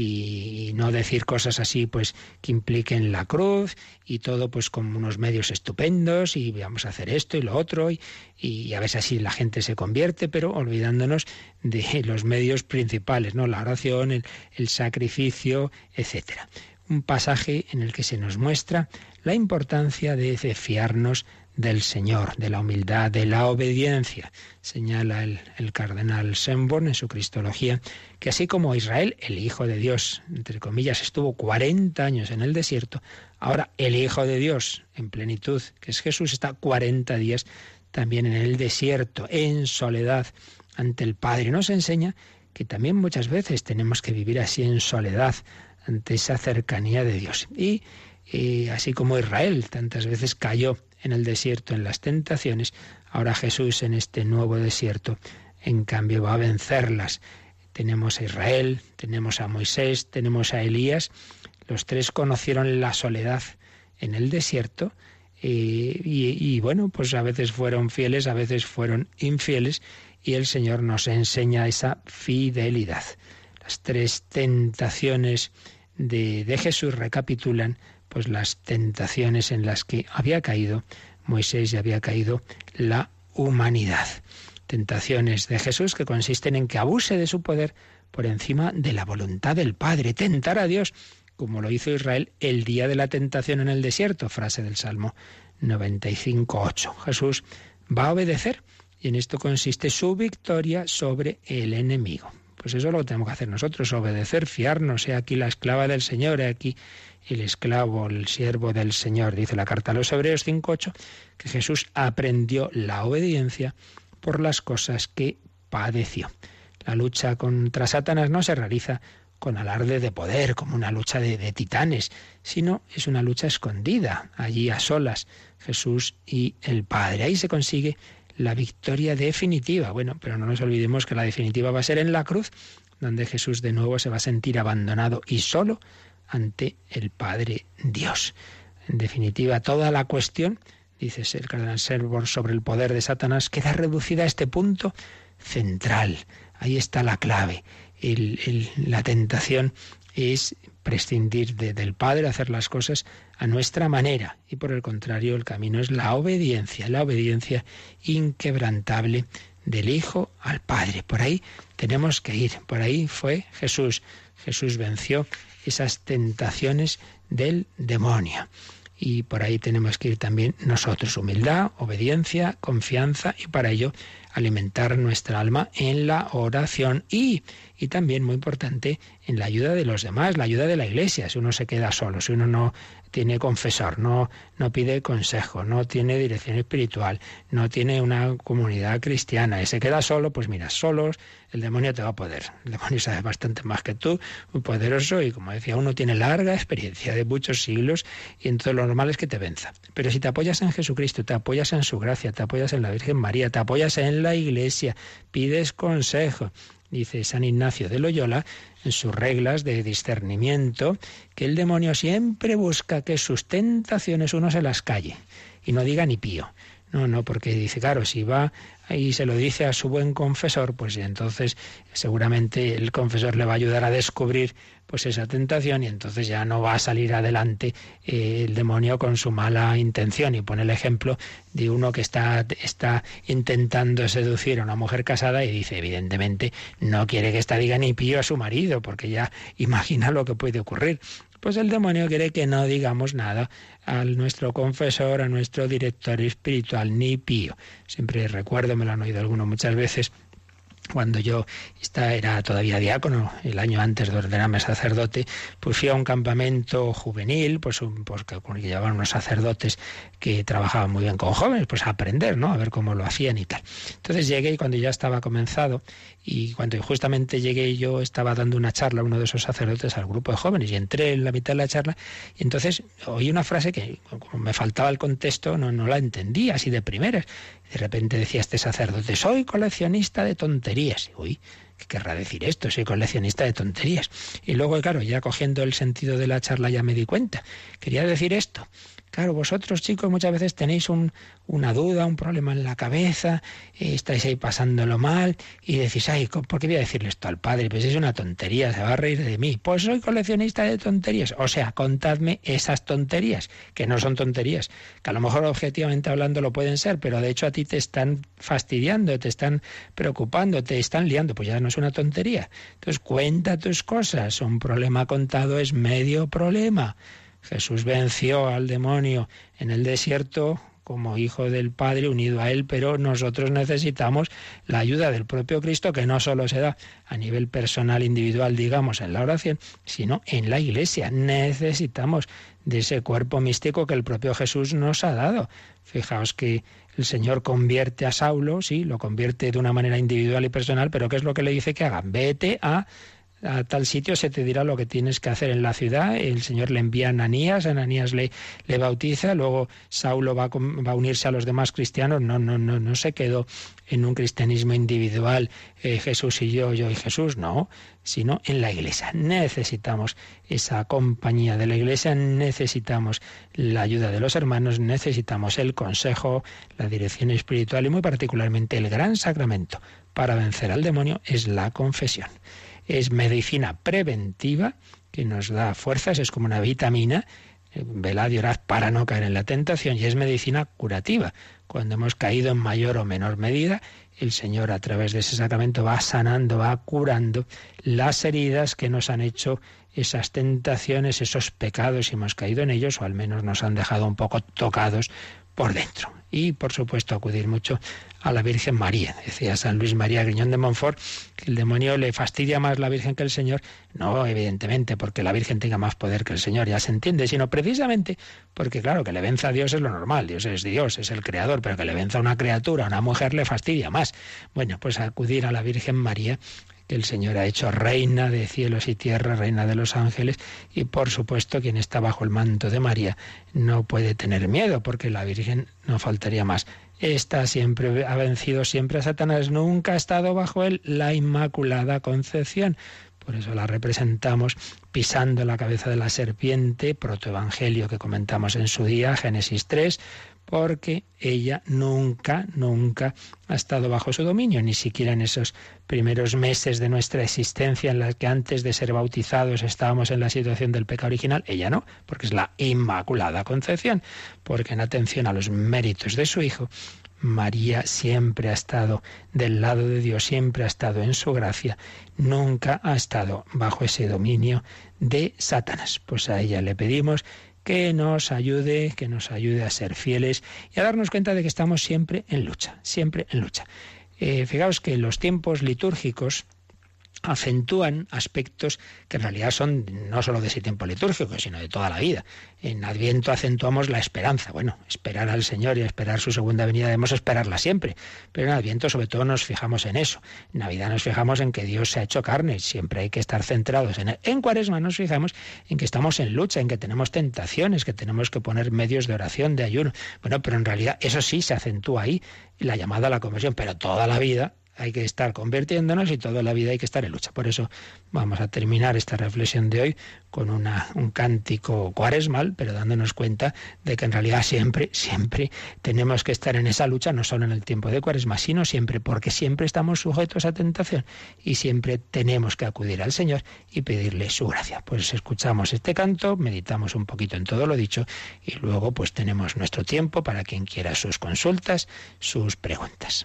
y no decir cosas así pues que impliquen la cruz y todo pues con unos medios estupendos y vamos a hacer esto y lo otro y a veces así la gente se convierte, pero olvidándonos de los medios principales, ¿no? La oración, el sacrificio, etcétera. Un pasaje en el que se nos muestra la importancia de fiarnos del Señor, de la humildad, de la obediencia. Señala el cardenal Schönborn en su Cristología que así como Israel, el Hijo de Dios, entre comillas, estuvo 40 años en el desierto, ahora el Hijo de Dios, en plenitud, que es Jesús, está 40 días también en el desierto, en soledad ante el Padre. Nos enseña que también muchas veces tenemos que vivir así en soledad ante esa cercanía de Dios. Y así como Israel tantas veces cayó en el desierto, en las tentaciones, ahora Jesús en este nuevo desierto, en cambio, va a vencerlas. Tenemos a Israel, tenemos a Moisés, tenemos a Elías. Los tres conocieron la soledad en el desierto y bueno, pues a veces fueron fieles, a veces fueron infieles, y el Señor nos enseña esa fidelidad. Las tres tentaciones de Jesús recapitulan pues las tentaciones en las que había caído Moisés y había caído la humanidad. Tentaciones de Jesús que consisten en que abuse de su poder por encima de la voluntad del Padre, tentar a Dios, como lo hizo Israel el día de la tentación en el desierto, frase del Salmo 95:8. Jesús va a obedecer y en esto consiste su victoria sobre el enemigo. Pues eso es lo que tenemos que hacer nosotros, obedecer, fiarnos. He aquí la esclava del Señor, he aquí el esclavo, el siervo del Señor. Dice la carta a los Hebreos 5:8 que Jesús aprendió la obediencia por las cosas que padeció. La lucha contra Satanás no se realiza con alarde de poder, como una lucha de titanes, sino es una lucha escondida, allí a solas, Jesús y el Padre. Ahí se consigue la victoria definitiva. Bueno, pero no nos olvidemos que la definitiva va a ser en la cruz, donde Jesús de nuevo se va a sentir abandonado y solo ante el Padre Dios. En definitiva, toda la cuestión, dice el cardenal Schönborn, sobre el poder de Satanás queda reducida a este punto central. Ahí está la clave. La tentación es prescindir del Padre, hacer las cosas a nuestra manera. Y por el contrario, el camino es la obediencia inquebrantable del Hijo al Padre. Por ahí tenemos que ir. Por ahí fue Jesús. Jesús venció esas tentaciones del demonio. Y por ahí tenemos que ir también nosotros. Humildad, obediencia, confianza, y para ello alimentar nuestra alma en la oración y también, muy importante, en la ayuda de los demás, la ayuda de la Iglesia. Si uno se queda solo, si uno no tiene confesor, no pide consejo, no tiene dirección espiritual, no tiene una comunidad cristiana y se queda solo, pues mira, solos el demonio te va a poder. El demonio sabe bastante más que tú, muy poderoso, y como decía, uno tiene larga experiencia de muchos siglos y entonces lo normal es que te venza. Pero si te apoyas en Jesucristo, te apoyas en su gracia, te apoyas en la Virgen María, te apoyas en la Iglesia, pides consejo. Dice San Ignacio de Loyola en sus reglas de discernimiento que el demonio siempre busca que sus tentaciones uno se las calle y no diga ni pío. No, porque dice, claro, si va y se lo dice a su buen confesor, pues entonces seguramente el confesor le va a ayudar a descubrir pues esa tentación y entonces ya no va a salir adelante el demonio con su mala intención. Y pone el ejemplo de uno que está intentando seducir a una mujer casada y dice, evidentemente, no quiere que ésta diga ni pío a su marido, porque ya imagina lo que puede ocurrir. Pues el demonio quiere que no digamos nada a nuestro confesor, a nuestro director espiritual, ni pío. Siempre recuerdo, me lo han oído algunos muchas veces, cuando yo era todavía diácono, el año antes de ordenarme sacerdote, pues fui a un campamento juvenil, pues que llevaban unos sacerdotes que trabajaban muy bien con jóvenes, pues a aprender, ¿no? A ver cómo lo hacían y tal. Entonces llegué y cuando ya estaba comenzado, y cuando justamente llegué yo estaba dando una charla a uno de esos sacerdotes al grupo de jóvenes y entré en la mitad de la charla y entonces oí una frase que como me faltaba el contexto no la entendía así de primeras. De repente decía este sacerdote, soy coleccionista de tonterías. Uy, ¿qué querrá decir esto? Soy coleccionista de tonterías. Y luego, claro, ya cogiendo el sentido de la charla ya me di cuenta. Quería decir esto. Claro, vosotros chicos muchas veces tenéis una duda, un problema en la cabeza, estáis ahí pasándolo mal y decís, ay, ¿por qué voy a decirle esto al padre? Pues es una tontería, se va a reír de mí. Pues soy coleccionista de tonterías. O sea, contadme esas tonterías, que no son tonterías, que a lo mejor objetivamente hablando lo pueden ser, pero de hecho a ti te están fastidiando, te están preocupando, te están liando, pues ya no es una tontería. Entonces cuenta tus cosas, un problema contado es medio problema. Jesús venció al demonio en el desierto como hijo del Padre, unido a Él, pero nosotros necesitamos la ayuda del propio Cristo, que no solo se da a nivel personal, individual, digamos, en la oración, sino en la Iglesia. Necesitamos de ese cuerpo místico que el propio Jesús nos ha dado. Fijaos que el Señor convierte a Saulo, sí, lo convierte de una manera individual y personal, pero ¿qué es lo que le dice que haga? Vete a tal sitio, se te dirá lo que tienes que hacer en la ciudad. El Señor le envía a Ananías le bautiza, luego Saulo va a unirse a los demás cristianos. No se quedó en un cristianismo individual, Jesús y yo y Jesús, no, sino en la Iglesia. Necesitamos esa compañía de la Iglesia, necesitamos la ayuda de los hermanos, necesitamos el consejo, la dirección espiritual y muy particularmente el gran sacramento para vencer al demonio es la confesión. Es medicina preventiva que nos da fuerzas, es como una vitamina, velad y orad para no caer en la tentación, y es medicina curativa. Cuando hemos caído en mayor o menor medida, el Señor a través de ese sacramento va sanando, va curando las heridas que nos han hecho esas tentaciones, esos pecados, y hemos caído en ellos, o al menos nos han dejado un poco tocados por dentro. Y, por supuesto, acudir mucho a la Virgen María. Decía San Luis María Griñón de Montfort que el demonio le fastidia más la Virgen que el Señor. No, evidentemente, porque la Virgen tenga más poder que el Señor, ya se entiende, sino precisamente porque, claro, que le venza a Dios es lo normal. Dios, es el Creador, pero que le venza a una criatura, a una mujer, le fastidia más. Bueno, pues acudir a la Virgen María, que el Señor ha hecho reina de cielos y tierra, reina de los ángeles, y por supuesto quien está bajo el manto de María no puede tener miedo, porque la Virgen no faltaría más. Esta siempre ha vencido siempre a Satanás, nunca ha estado bajo él, la Inmaculada Concepción. Por eso la representamos pisando la cabeza de la serpiente, protoevangelio que comentamos en su día, Génesis 3, porque ella nunca ha estado bajo su dominio, ni siquiera en esos primeros meses de nuestra existencia en las que antes de ser bautizados estábamos en la situación del pecado original. Ella no, porque es la Inmaculada Concepción, porque en atención a los méritos de su Hijo, María siempre ha estado del lado de Dios, siempre ha estado en su gracia, nunca ha estado bajo ese dominio de Satanás. Pues a ella le pedimos que nos ayude a ser fieles y a darnos cuenta de que estamos siempre en lucha, siempre en lucha. Fijaos que los tiempos litúrgicos acentúan aspectos que en realidad son no solo de ese tiempo litúrgico, sino de toda la vida. En Adviento acentuamos la esperanza. Bueno, esperar al Señor y esperar su segunda venida debemos esperarla siempre, pero en Adviento sobre todo nos fijamos en eso. En Navidad nos fijamos en que Dios se ha hecho carne, siempre hay que estar centrados en él. En Cuaresma nos fijamos en que estamos en lucha, en que tenemos tentaciones, que tenemos que poner medios de oración, de ayuno. Bueno, pero en realidad eso sí se acentúa ahí, la llamada a la conversión, pero toda la vida hay que estar convirtiéndonos y toda la vida hay que estar en lucha. Por eso vamos a terminar esta reflexión de hoy con un cántico cuaresmal, pero dándonos cuenta de que en realidad siempre tenemos que estar en esa lucha, no solo en el tiempo de Cuaresma, sino siempre, porque siempre estamos sujetos a tentación y siempre tenemos que acudir al Señor y pedirle su gracia. Pues escuchamos este canto, meditamos un poquito en todo lo dicho y luego pues tenemos nuestro tiempo para quien quiera sus consultas, sus preguntas.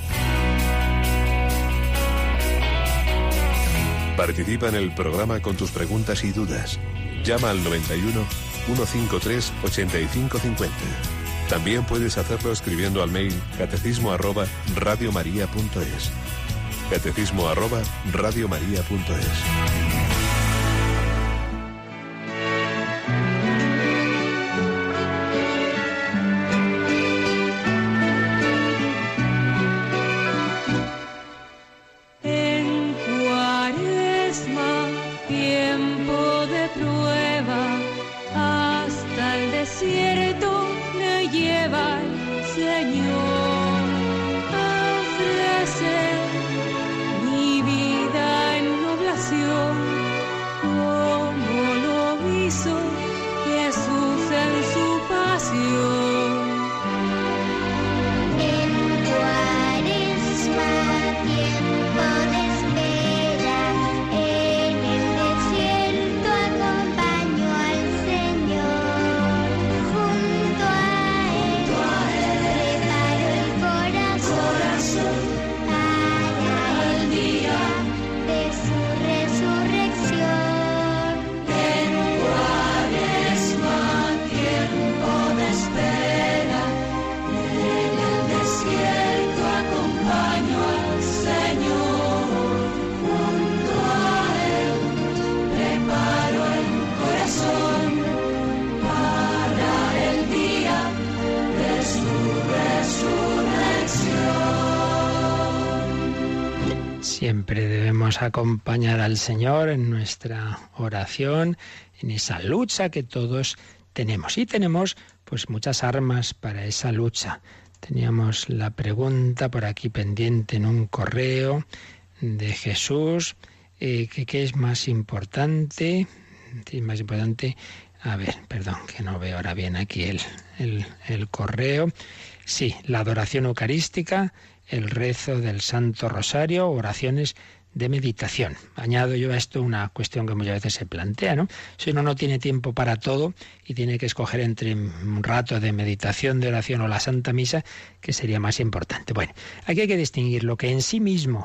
Participa en el programa con tus preguntas y dudas. Llama al 91 153 8550. También puedes hacerlo escribiendo al mail catecismo@radiomaria.es. catecismo@radiomaria.es. Señor, ofrece mi vida en oblación. Siempre debemos acompañar al Señor en nuestra oración, en esa lucha que todos tenemos. Y tenemos pues muchas armas para esa lucha. Teníamos la pregunta por aquí pendiente en un correo de Jesús, ¿qué es más importante? Sí, más importante. A ver, perdón, que no veo ahora bien aquí el correo. Sí, la adoración eucarística, el rezo del Santo Rosario, oraciones de meditación. Añado yo a esto una cuestión que muchas veces se plantea, ¿no? Si uno no tiene tiempo para todo y tiene que escoger entre un rato de meditación, de oración o la Santa Misa, ¿qué sería más importante? Bueno, aquí hay que distinguir lo que en sí mismo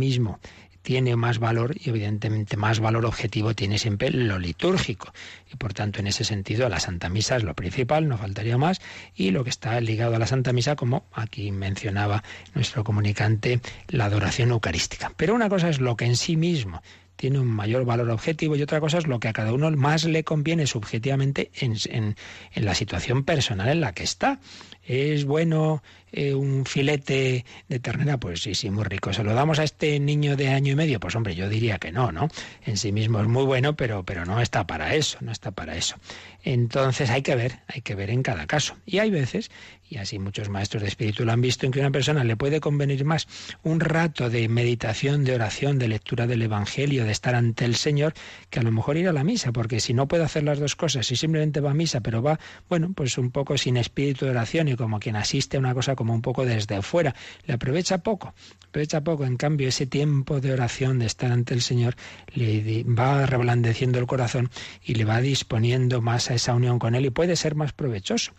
tiene más valor, y evidentemente más valor objetivo tiene siempre lo litúrgico. Y por tanto, en ese sentido, la Santa Misa es lo principal, no faltaría más, y lo que está ligado a la Santa Misa, como aquí mencionaba nuestro comunicante, la adoración eucarística. Pero una cosa es lo que en sí mismo tiene un mayor valor objetivo y otra cosa es lo que a cada uno más le conviene subjetivamente en la situación personal en la que está. ¿Es bueno un filete de ternera? Pues sí, muy rico. ¿Se lo damos a este niño de año y medio? Pues hombre, yo diría que no, ¿no? En sí mismo es muy bueno, pero no está para eso, no está para eso. Entonces hay que ver en cada caso. Y hay veces, y así muchos maestros de espíritu lo han visto, en que a una persona le puede convenir más un rato de meditación, de oración, de lectura del Evangelio, de estar ante el Señor, que a lo mejor ir a la misa, porque si no puede hacer las dos cosas, si simplemente va a misa, pero va, bueno, pues un poco sin espíritu de oración y como quien asiste a una cosa como un poco desde fuera, le aprovecha poco. En cambio, ese tiempo de oración, de estar ante el Señor, le va reblandeciendo el corazón y le va disponiendo más a esa unión con Él y puede ser más provechoso.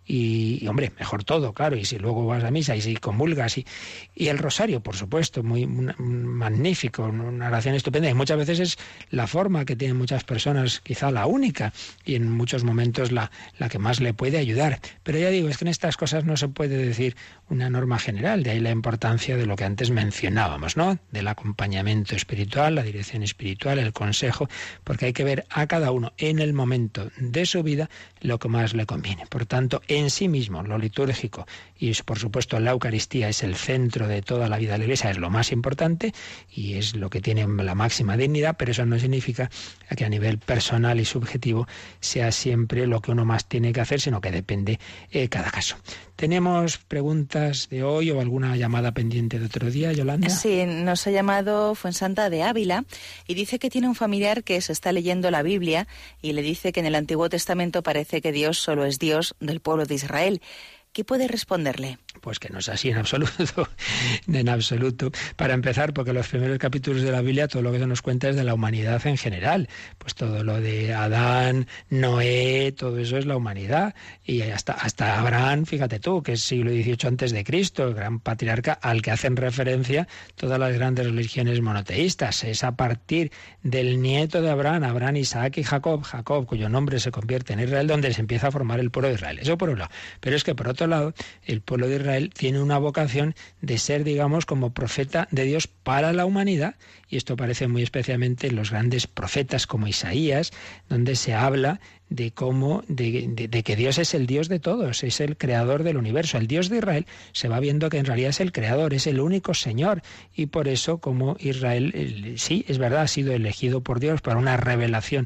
Y hombre, mejor todo, claro, y si luego vas a misa y si comulgas y el rosario, por supuesto, muy magnífico, una oración estupenda, y muchas veces es la forma que tienen muchas personas, quizá la única, y en muchos momentos la que más le puede ayudar. Pero ya digo, es que en estas cosas no se puede decir una norma general, de ahí la importancia de lo que antes mencionábamos, ¿no? Del acompañamiento espiritual, la dirección espiritual, el consejo, porque hay que ver a cada uno en el momento de su vida lo que más le conviene. Por tanto, en sí mismo, lo litúrgico y por supuesto la Eucaristía es el centro de toda la vida de la Iglesia, es lo más importante y es lo que tiene la máxima dignidad, pero eso no significa que a nivel personal y subjetivo sea siempre lo que uno más tiene que hacer, sino que depende cada caso. ¿Tenemos preguntas de hoy o alguna llamada pendiente de otro día, Yolanda? Sí, nos ha llamado Fuensanta de Ávila y dice que tiene un familiar que se está leyendo la Biblia y le dice que en el Antiguo Testamento parece que Dios solo es Dios del pueblo de Israel. ¿Qué puede responderle? Pues que no es así en absoluto, en absoluto. Para empezar, porque los primeros capítulos de la Biblia, todo lo que se nos cuenta es de la humanidad en general. Pues todo lo de Adán, Noé, todo eso es la humanidad. Y hasta Abraham, fíjate tú, que es siglo XVIII antes de Cristo, el gran patriarca al que hacen referencia todas las grandes religiones monoteístas. Es a partir del nieto de Abraham, Isaac y Jacob, cuyo nombre se convierte en Israel, donde se empieza a formar el pueblo de Israel. Eso por un lado. Pero es que por otro lado, el pueblo de Israel tiene una vocación de ser, digamos, como profeta de Dios para la humanidad, y esto aparece muy especialmente en los grandes profetas como Isaías, donde se habla de cómo, de que Dios es el Dios de todos, es el creador del universo. El Dios de Israel se va viendo que en realidad es el creador, es el único Señor, y por eso como Israel, sí, es verdad, ha sido elegido por Dios para una revelación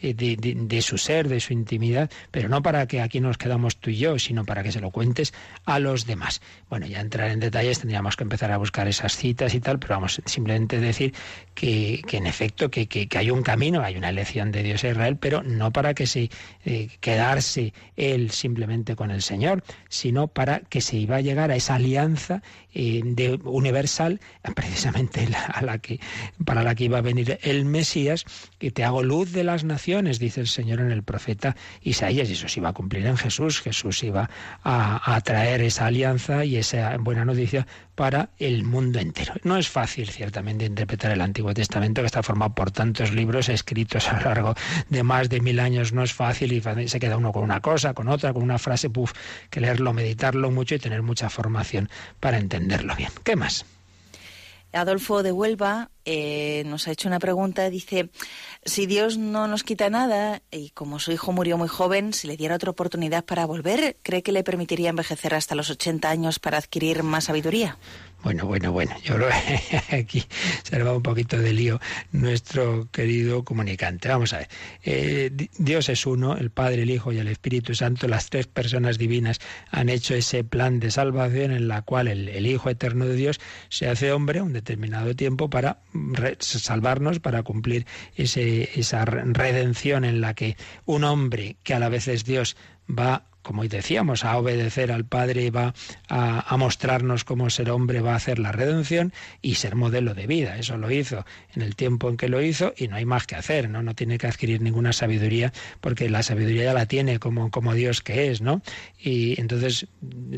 de su ser, de su intimidad, pero no para que aquí nos quedamos tú y yo, sino para que se lo cuentes a los demás. Bueno, ya entrar en detalles tendríamos que empezar a buscar esas citas y tal, pero vamos, simplemente decir que en efecto que hay un camino, hay una elección de Dios a Israel, pero no para que se quedarse él simplemente con el Señor, sino para que se iba a llegar a esa alianza universal, precisamente para la que iba a venir el Mesías, que te hago luz de las naciones, dice el Señor en el profeta Isaías, y eso se iba a cumplir en Jesús. Jesús iba a traer esa alianza y esa buena noticia para el mundo entero. No es fácil, ciertamente, interpretar el Antiguo Testamento, que está formado por tantos libros escritos a lo largo de más de 1000 años. No es fácil y se queda uno con una cosa, con otra, con una frase, que leerlo, meditarlo mucho y tener mucha formación para entenderlo bien. ¿Qué más? Adolfo de Huelva nos ha hecho una pregunta, dice, si Dios no nos quita nada y como su hijo murió muy joven, si le diera otra oportunidad para volver, ¿cree que le permitiría envejecer hasta los 80 años para adquirir más sabiduría? Bueno, yo creo que aquí se le va un poquito de lío nuestro querido comunicante. Vamos a ver, Dios es uno, el Padre, el Hijo y el Espíritu Santo, las tres personas divinas han hecho ese plan de salvación en la cual el Hijo eterno de Dios se hace hombre un determinado tiempo para salvarnos, para cumplir esa redención en la que un hombre que a la vez es Dios va, como decíamos, a obedecer al Padre, va a mostrarnos cómo ser hombre, va a hacer la redención y ser modelo de vida. Eso lo hizo en el tiempo en que lo hizo y no hay más que hacer, ¿no? No tiene que adquirir ninguna sabiduría porque la sabiduría ya la tiene como Dios que es, ¿no? Y entonces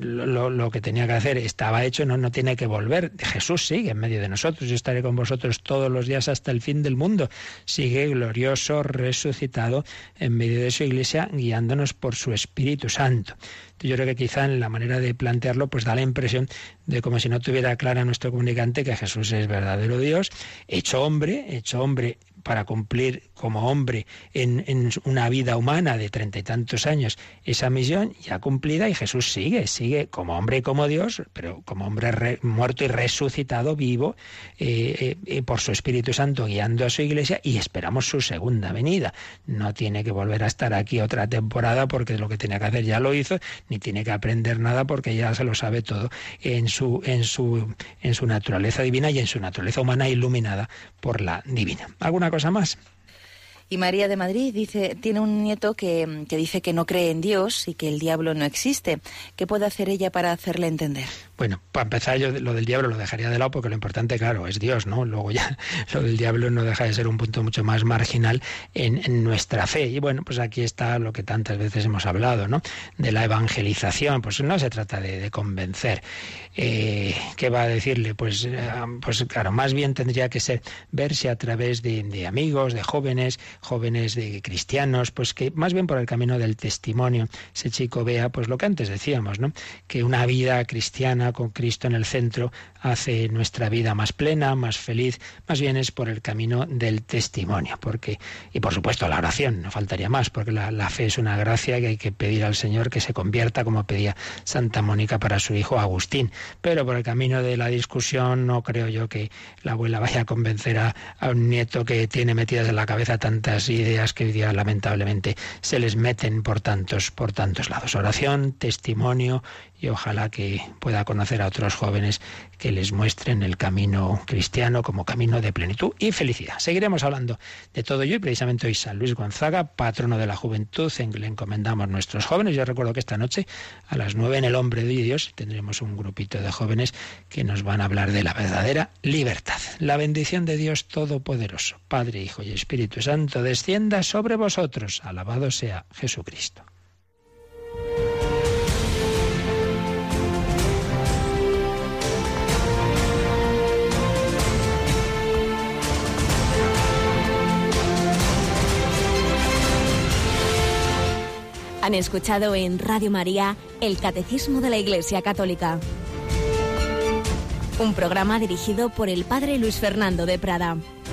lo que tenía que hacer estaba hecho, no tiene que volver. Jesús sigue en medio de nosotros. Yo estaré con vosotros todos los días hasta el fin del mundo. Sigue glorioso, resucitado en medio de su iglesia, guiándonos por su Espíritu Santo. Yo creo que quizá en la manera de plantearlo pues da la impresión de como si no tuviera clara nuestro comunicante que Jesús es verdadero Dios, hecho hombre para cumplir como hombre en una vida humana de 30 y tantos años esa misión ya cumplida, y Jesús sigue como hombre y como Dios, pero como hombre muerto y resucitado, vivo, por su Espíritu Santo guiando a su iglesia, y esperamos su segunda venida. No tiene que volver a estar aquí otra temporada porque lo que tenía que hacer ya lo hizo, ni tiene que aprender nada porque ya se lo sabe todo en su naturaleza divina y en su naturaleza humana iluminada por la divina. ¿Alguna cosa más? Y María de Madrid dice, tiene un nieto que dice que no cree en Dios y que el diablo no existe. ¿Qué puede hacer ella para hacerle entender? Bueno, para empezar yo lo del diablo lo dejaría de lado porque lo importante, claro, es Dios, ¿no? Luego ya lo del diablo no deja de ser un punto mucho más marginal en nuestra fe. Y bueno, pues aquí está lo que tantas veces hemos hablado, ¿no? De la evangelización. Pues no se trata de convencer. ¿Qué va a decirle? Pues claro, más bien tendría que ser verse a través de amigos, de jóvenes de cristianos, pues que más bien por el camino del testimonio ese chico vea pues lo que antes decíamos, ¿no? Que una vida cristiana con Cristo en el centro hace nuestra vida más plena, más feliz, más bien es por el camino del testimonio, y por supuesto la oración, no faltaría más, porque la fe es una gracia que hay que pedir al Señor que se convierta, como pedía Santa Mónica para su hijo Agustín, pero por el camino de la discusión no creo yo que la abuela vaya a convencer a un nieto que tiene metidas en la cabeza tantas ideas que hoy día lamentablemente se les meten por tantos lados. Oración, testimonio, y ojalá que pueda conocer a otros jóvenes que les muestren el camino cristiano como camino de plenitud y felicidad. Seguiremos hablando de todo ello y precisamente hoy San Luis Gonzaga, patrono de la juventud, en que le encomendamos nuestros jóvenes. Yo recuerdo que esta noche a las 9 en El Hombre de Dios tendremos un grupito de jóvenes que nos van a hablar de la verdadera libertad. La bendición de Dios Todopoderoso, Padre, Hijo y Espíritu Santo, descienda sobre vosotros. Alabado sea Jesucristo. Han escuchado en Radio María el Catecismo de la Iglesia Católica, un programa dirigido por el Padre Luis Fernando de Prada.